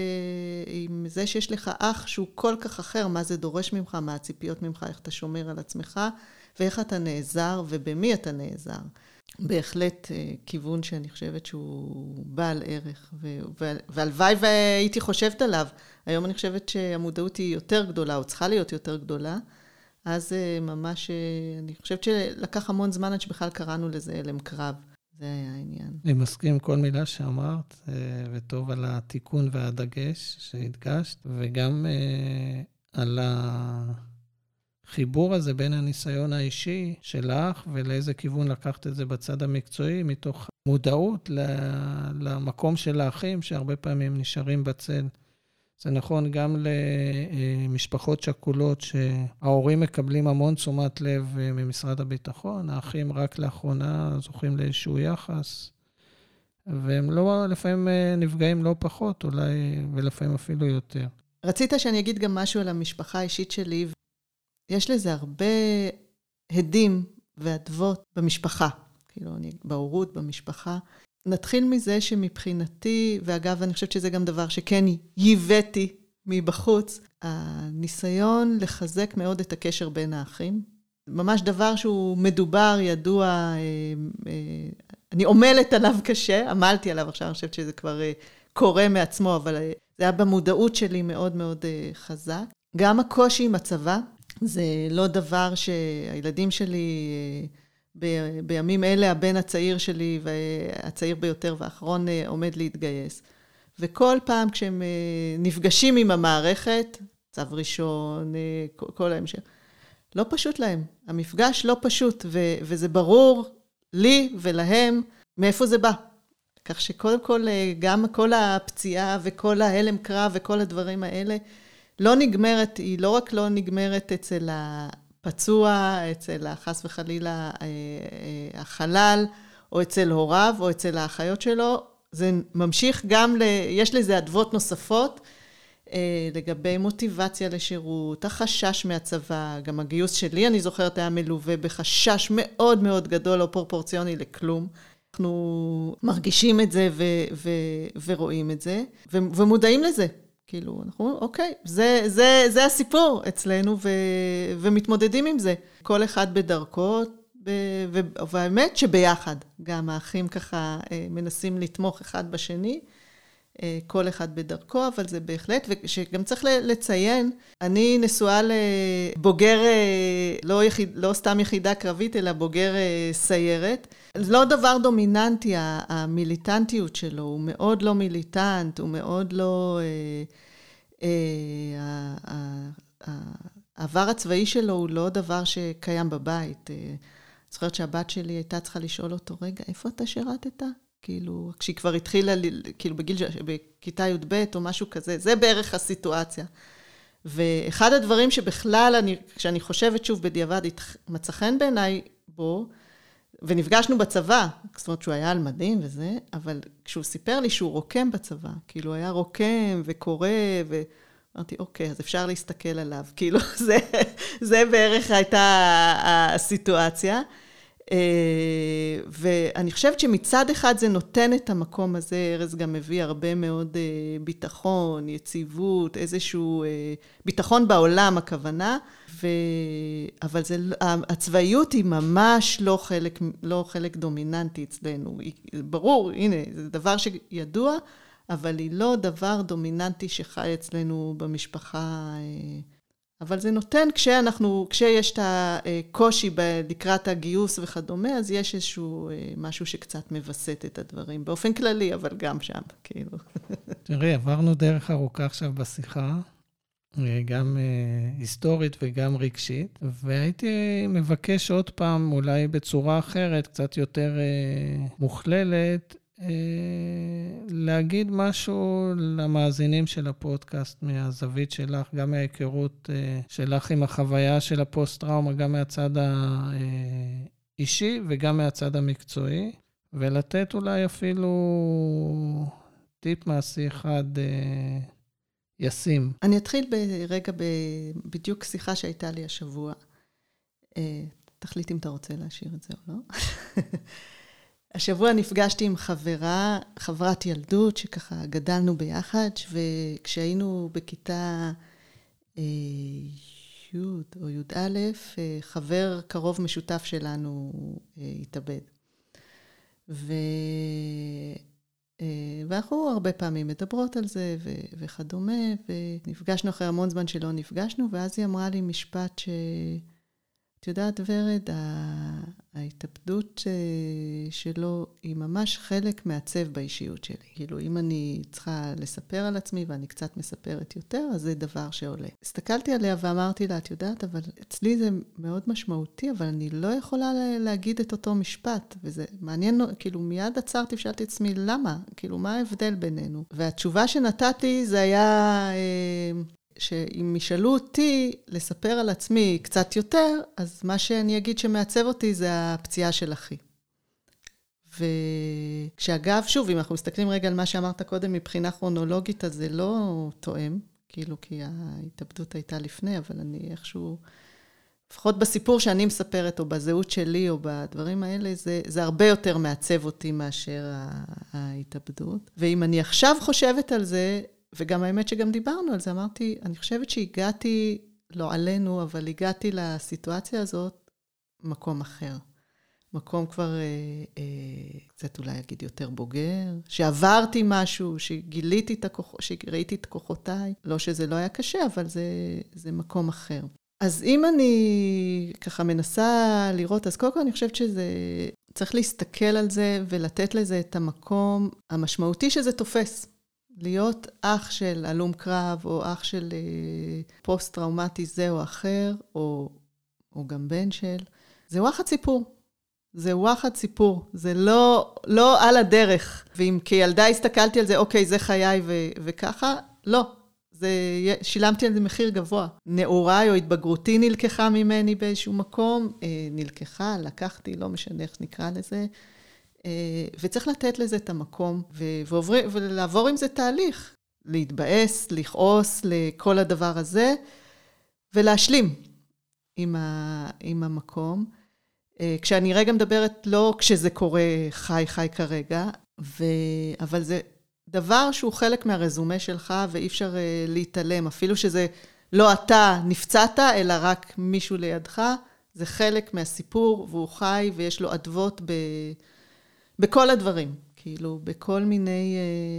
עם זה שיש לך אח שהוא כל כך אחר, מה זה דורש ממך, מה הציפיות ממך, איך אתה שומר על עצמך, ואיך אתה נעזר, ובמי אתה נעזר. בהחלט כיוון שאני חושבת שהוא בעל ערך, והלוואי והייתי חושבת עליו. היום אני חושבת שהמודעות היא יותר גדולה, או צריכה להיות יותר גדולה, אז ממש, אני חושבת שלקח המון זמן עד שבכלל קראנו לזה הלם קרב. זה היה העניין. אני מסכים כל מילה שאמרת, וטוב על התיקון והדגש שהדגשת, וגם על החיבור הזה בין הניסיון האישי שלך, ולאיזה כיוון לקחת את זה בצד המקצועי, מתוך מודעות למקום של האחים, שהרבה פעמים נשארים בצל. זה נכון גם למשפחות שכולות, שההורים מקבלים המון תשומת לב ממשרד הביטחון, האחים רק לאחרונה זוכים לאיזשהו יחס, והם לא, לפעמים נפגעים לא פחות, אולי, ולפעמים אפילו יותר. רצית שאני אגיד גם משהו על המשפחה האישית שלי, יש לזה הרבה הדים ועדבות במשפחה, כאילו, אני, בהורות, במשפחה. נתחיל מזה שמבחינתי, ואגב, אני חושבת שזה גם דבר שכן ייבאתי מבחוץ, הניסיון לחזק מאוד את הקשר בין האחים. ממש דבר שהוא מדובר, ידוע, אני עומלת עליו קשה, עמלתי עליו עכשיו, אני חושבת שזה כבר קורה מעצמו, אבל זה היה במודעות שלי מאוד מאוד חזק. גם הקושי עם הצבא, זה לא דבר שהילדים שלי, ב- בימים אלה הבן הצעיר שלי והצעיר ביותר והאחרון עומד להתגייס. וכל פעם כשהם נפגשים עם המערכת, צו ראשון, כל ההמשך, לא פשוט להם. המפגש לא פשוט, ו- וזה ברור לי ולהם מאיפה זה בא. כך שקודם כל, גם כל הפציעה וכל ההלם קרב וכל הדברים האלה, לא נגמרת, היא לא רק לא נגמרת אצל הפצוע, אצל החס וחלילה החלל, או אצל הוריו, או אצל האחיות שלו, זה ממשיך גם, ל... יש לזה אדוות נוספות, לגבי מוטיבציה לשירות, החשש מהצבא, גם הגיוס שלי, אני זוכרת, היה מלווה בחשש מאוד מאוד גדול, לא פרופורציוני לכלום. אנחנו מרגישים את זה ו- ו- ורואים את זה, ו- ומודעים לזה. כאילו, אנחנו אומרים, אוקיי, זה, זה, זה הסיפור אצלנו, ו- ומתמודדים עם זה. כל אחד בדרכו, ו- ו- והאמת שביחד, גם האחים ככה מנסים לתמוך אחד בשני, כל אחד בדרכו, אבל זה בהחלט, ושגם צריך לציין, אני נשואה לבוגר, לא, יחיד, לא סתם יחידה קרבית, אלא בוגר סיירת. זה לא דבר דומיננטי, המיליטנטיות שלו, הוא מאוד לא מיליטנט, הוא מאוד לא... העבר הצבאי שלו הוא לא דבר שקיים בבית. אני זוכרת שהבת שלי הייתה צריכה לשאול אותו, רגע, איפה אתה שירתת? כאילו, כשהיא כבר התחילה, כאילו בגיל, בכיתה י' ב' או משהו כזה, זה בערך הסיטואציה. ואחד הדברים שבכלל, אני, כשאני חושבת שוב בדיעבד, מצא חן בעיניי בו, ונפגשנו בצבא, זאת אומרת שהוא היה על מדים וזה, אבל כשהוא סיפר לי שהוא רוקם בצבא, כאילו היה רוקם וקורא, ואמרתי, אוקיי, אז אפשר להסתכל עליו, כאילו, זה, זה בערך הייתה הסיטואציה. ואני חושבת שמצד אחד זה נותן את המקום הזה, ארז גם מביא הרבה מאוד ביטחון, יציבות, איזשהו ביטחון בעולם הכוונה, ו... אבל זה, הצבאיות היא ממש לא חלק, לא חלק דומיננטי אצלנו. היא, ברור, הנה, זה דבר שידוע, אבל היא לא דבר דומיננטי שחי אצלנו במשפחה. אבל זה נותן, כשאנחנו, כשיש את הקושי לקראת הגיוס וכדומה, אז יש איזשהו משהו שקצת מבסט את הדברים, באופן כללי, אבל גם שם, כאילו. תראי, עברנו דרך ארוכה עכשיו בשיחה, גם היסטורית וגם רגשית, והייתי מבקש עוד פעם, אולי בצורה אחרת, קצת יותר מוכללת, להגיד משהו למאזינים של הפודקאסט מהזווית שלך, גם מההיכרות שלך עם החוויה של הפוסט-טראומה, גם מהצד האישי וגם מהצד המקצועי, ולתת אולי אפילו טיפ מעשי אחד ישים. אני אתחיל ברגע בדיוק שיחה שהייתה לי השבוע. תחליט אם אתה רוצה להשאיר את זה או לא. השבוע נפגשתי עם חברה, חברת ילדות, שככה גדלנו ביחד, וכשהיינו בכיתה י' או י"א, חבר קרוב משותף שלנו התאבד. ו... ואנחנו הרבה פעמים מדברות על זה וכדומה, ונפגשנו אחרי המון זמן שלא נפגשנו, ואז היא אמרה לי משפט ש... את יודעת, ורד, ההתאבדות שלו היא ממש חלק מעצב באישיות שלי. כאילו, אם אני צריכה לספר על עצמי ואני קצת מספרת יותר, אז זה דבר שעולה. הסתכלתי עליה ואמרתי לה, את יודעת, אבל אצלי זה מאוד משמעותי, אבל אני לא יכולה להגיד את אותו משפט, וזה מעניין, כאילו, מיד עצרתי ושאלתי את עצמי, למה? כאילו, מה ההבדל בינינו? והתשובה שנתתי זה היה... שאם ישאלו אותי לספר על עצמי קצת יותר, אז מה שאני אגיד שמעצב אותי זה הפציעה של אחי. וכשאגב, שוב, אם אנחנו מסתכלים רגע על מה שאמרת קודם מבחינה כרונולוגית, אז זה לא תואם, כאילו כי ההתאבדות הייתה לפני, אבל אני איכשהו, לפחות בסיפור שאני מספרת, או בזהות שלי, או בדברים האלה, זה, זה הרבה יותר מעצב אותי מאשר ההתאבדות. ואם אני עכשיו חושבת על זה, וגם האמת שגם דיברנו על זה, אמרתי, אני חושבת שהגעתי, לא עלינו, אבל הגעתי לסיטואציה הזאת מקום אחר. מקום כבר, אה, אה, קצת אולי אגיד יותר בוגר, שעברתי משהו, שגיליתי את הכוח, שראיתי את כוחותיי. לא שזה לא היה קשה, אבל זה, זה מקום אחר. אז אם אני ככה מנסה לראות, אז קודם כל אני חושבת שזה, צריך להסתכל על זה ולתת לזה את המקום המשמעותי שזה תופס. להיות אח של הלום קרב, או אח של פוסט-טראומטי זה או אחר, או, או גם בן של, זה וואחד סיפור. זה וואחד סיפור, זה לא, לא על הדרך. ואם כילדה הסתכלתי על זה, אוקיי, זה חיי ו- וככה, לא. זה, שילמתי על זה מחיר גבוה. נעוריי או התבגרותי נלקחה ממני באיזשהו מקום, נלקחה, לקחתי, לא משנה איך נקרא לזה, וצריך לתת לזה את המקום, ועובר, ולעבור עם זה תהליך, להתבאס, לכעוס לכל הדבר הזה, ולהשלים עם, ה, עם המקום. כשאני רגע מדברת, לא כשזה קורה חי חי כרגע, ו, אבל זה דבר שהוא חלק מהרזומה שלך, ואי אפשר להתעלם, אפילו שזה לא אתה נפצעת, אלא רק מישהו לידך, זה חלק מהסיפור, והוא חי, ויש לו עדבות ב, בכל הדברים, כאילו, בכל מיני,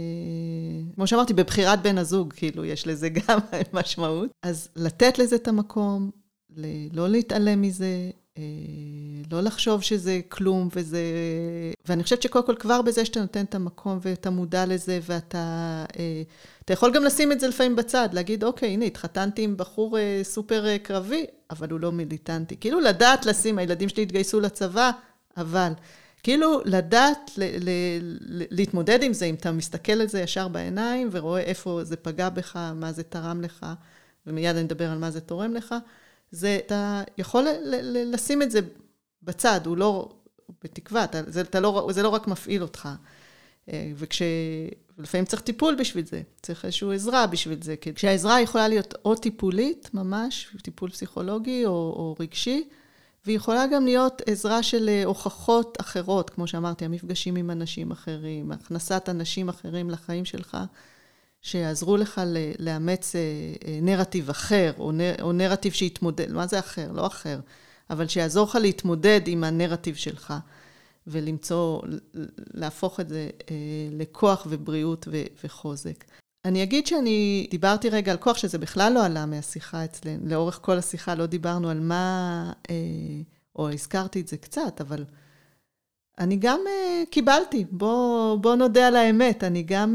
כמו שאמרתי, בבחירת בן הזוג, כאילו, יש לזה גם משמעות. אז לתת לזה את המקום, לא להתעלם מזה, לא לחשוב שזה כלום, וזה... ואני חושבת שקודם כל כבר בזה שאתה נותן את המקום, ואתה מודע לזה, ואתה... אתה יכול גם לשים את זה לפעמים בצד, להגיד, אוקיי, הנה, התחתנתי עם בחור סופר קרבי, אבל הוא לא מיליטנטי. כאילו לדעת לשים, הילדים שלי התגייסו לצבא, אבל... כאילו לדעת ל- ל- להתמודד עם זה, אם אתה מסתכל על זה ישר בעיניים, ורואה איפה זה פגע בך, מה זה תרם לך, ומיד אני אדבר על מה זה תורם לך, זה, אתה יכול ל- ל- לשים את זה בצד, הוא לא, בתקווה, אתה, זה, אתה לא, זה לא רק מפעיל אותך. וכש, לפעמים צריך טיפול בשביל זה, צריך איזושהי עזרה בשביל זה, כי כשהעזרה יכולה להיות או טיפולית, ממש, טיפול פסיכולוגי או, או רגשי, והיא יכולה גם להיות עזרה של הוכחות אחרות, כמו שאמרתי, המפגשים עם אנשים אחרים, הכנסת אנשים אחרים לחיים שלך, שיעזרו לך לאמץ נרטיב אחר, או, נ, או נרטיב שיתמודד, מה זה אחר? לא אחר, אבל שיעזור לך להתמודד עם הנרטיב שלך, ולמצוא, להפוך את זה לכוח ובריאות ו, וחוזק. אני אגיד שאני דיברתי רגע על כוח, שזה בכלל לא עלה מהשיחה אצלנו, לאורך כל השיחה לא דיברנו על מה, או הזכרתי את זה קצת, אבל אני גם קיבלתי, בוא, בוא נודה על האמת, אני גם,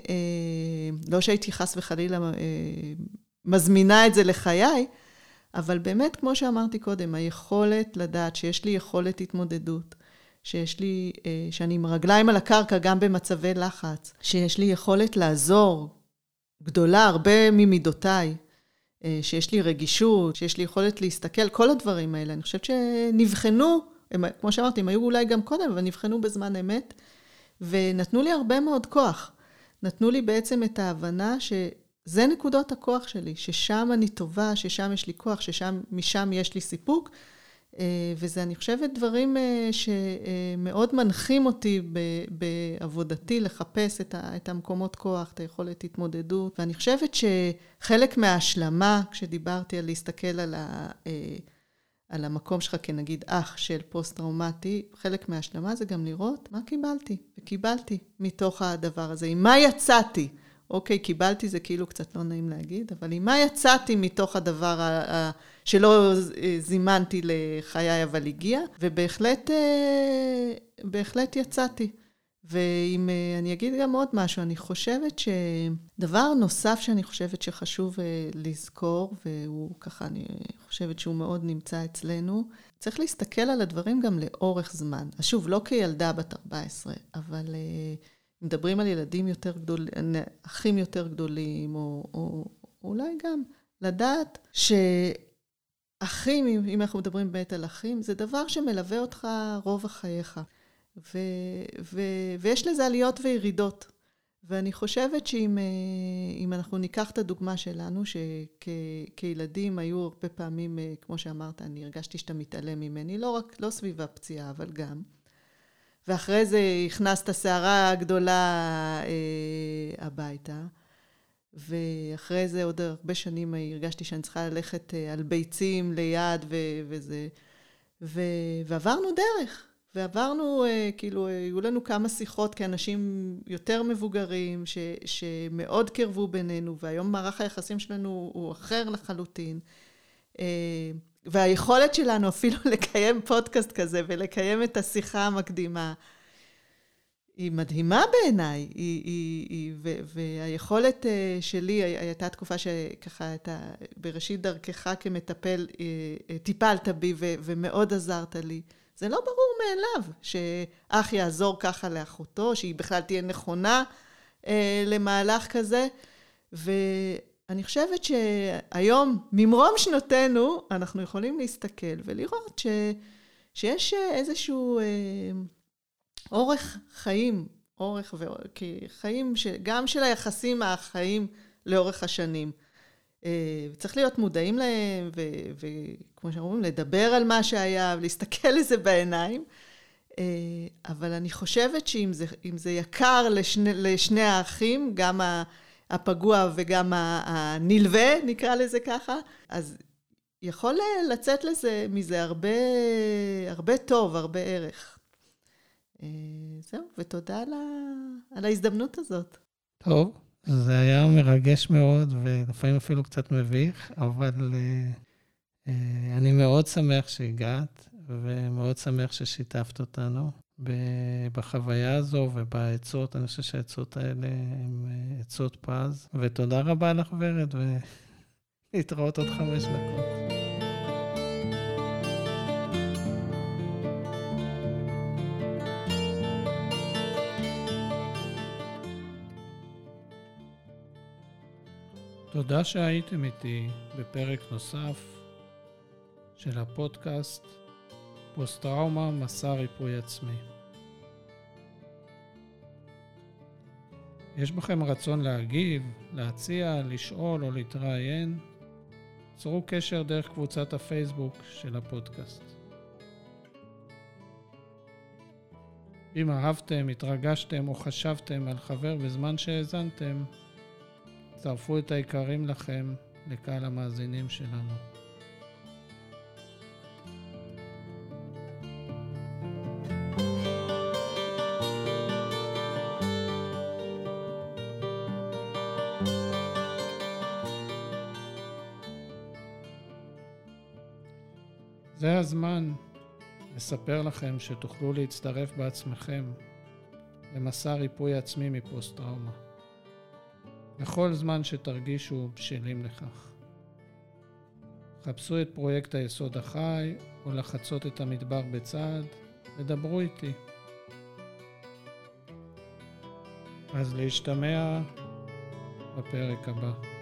לא שהייתי חס וחלילה מזמינה את זה לחיי, אבל באמת, כמו שאמרתי קודם, היכולת לדעת שיש לי יכולת התמודדות, שיש לי, שאני עם רגליים על הקרקע גם במצבי לחץ, שיש לי יכולת לעזור גדולה הרבה ממידותיי, שיש לי רגישות, שיש לי יכולת להסתכל, כל הדברים האלה, אני חושבת שנבחנו, הם, כמו שאמרתי, הם היו אולי גם קודם, אבל נבחנו בזמן אמת, ונתנו לי הרבה מאוד כוח. נתנו לי בעצם את ההבנה שזה נקודות הכוח שלי, ששם אני טובה, ששם יש לי כוח, ששם, משם יש לי סיפוק, וזה, אני חושבת, דברים שמאוד מנחים אותי בעבודתי לחפש את המקומות כוח, את היכולת התמודדות. ואני חושבת שחלק מההשלמה, כשדיברתי על להסתכל על, ה, על המקום שלך כנגיד אח של פוסט-טראומטי, חלק מההשלמה זה גם לראות מה קיבלתי, וקיבלתי מתוך הדבר הזה. עם מה יצאתי? אוקיי, קיבלתי זה כאילו קצת לא נעים להגיד, אבל עם מה יצאתי מתוך הדבר ה- שלא זימנתי לחיי, אבל הגיע, ובהחלט בהחלט יצאתי. ואם אני אגיד גם עוד משהו, אני חושבת שדבר נוסף שאני חושבת שחשוב לזכור, והוא ככה, אני חושבת שהוא מאוד נמצא אצלנו, צריך להסתכל על הדברים גם לאורך זמן. אז שוב, לא כילדה בת ארבע עשרה, אבל מדברים על ילדים יותר גדולים, אחים יותר גדולים, או, או אולי גם לדעת שאחים, אם אנחנו מדברים באמת על אחים, זה דבר שמלווה אותך רוב החייך. ו, ו, ויש לזה עליות וירידות. ואני חושבת שאם אם אנחנו ניקח את הדוגמה שלנו, שכילדים היו הרבה פעמים, כמו שאמרת, אני הרגשתי שאתה מתעלם ממני, לא רק, לא סביב הפציעה, אבל גם. ואחרי זה הכנסת שערה הגדולה אה, הביתה, ואחרי זה עוד הרבה שנים הרגשתי שאני צריכה ללכת על ביצים ליד ו- וזה, ו- ועברנו דרך, ועברנו, אה, כאילו, היו לנו כמה שיחות כאנשים יותר מבוגרים, ש- שמאוד קרבו בינינו, והיום מערך היחסים שלנו הוא אחר לחלוטין, אה, והיכולת שלנו אפילו לקיים פודקאסט כזה, ולקיים את השיחה המקדימה, היא מדהימה בעיניי, היא, היא, היא, ו, והיכולת שלי הייתה תקופה שככה הייתה בראשית דרכך כמטפל, טיפלת בי ו, ומאוד עזרת לי. זה לא ברור מאליו שאח יעזור ככה לאחותו, שהיא בכלל תהיה נכונה אה, למהלך כזה. ואני חושבת שהיום, ממרום שנותינו, אנחנו יכולים להסתכל ולראות ש, שיש איזשהו אה, אורך חיים, אורך וחיים, גם של היחסים החיים לאורך השנים. צריך להיות מודעים להם, וכמו שאומרים, לדבר על מה שהיה, ולהסתכל לזה בעיניים. אבל אני חושבת שאם זה, אם זה יקר לשני, לשני האחים, גם הפגוע וגם הנלווה, נקרא לזה ככה, אז יכול לצאת לזה, מזה הרבה, הרבה טוב, הרבה ערך. זהו, ותודה על, ה, על ההזדמנות הזאת. טוב. זה היה מרגש מאוד, ולפעמים אפילו קצת מביך, אבל uh, uh, אני מאוד שמח שהגעת, ומאוד שמח ששיתפת אותנו בחוויה הזו ובעצות. אני חושב שהעצות האלה הן עצות פז, ותודה רבה לך ורד, ולהתראות עוד חמש דקות. תודה שהייתם איתי בפרק נוסף של הפודקאסט פוסט-טראומה מסע ריפוי עצמי. יש בכם רצון להגיב, להציע, לשאול או להתראיין? צרו קשר דרך קבוצת הפייסבוק של הפודקאסט. אם אהבתם, התרגשתם או חשבתם על חבר בזמן שהאזנתם, צרפו את העיקרים לכם לקהל המאזינים שלנו. זה הזמן לספר לכם שתוכלו להצטרף בעצמכם למסע ריפוי עצמי מפוסט-טראומה. בכל זמן שתרגישו בשלים לכך. חפשו את פרויקט היסוד החי, או לחצות את המדבר בצעד, ודברו איתי. אז להשתמע בפרק הבא.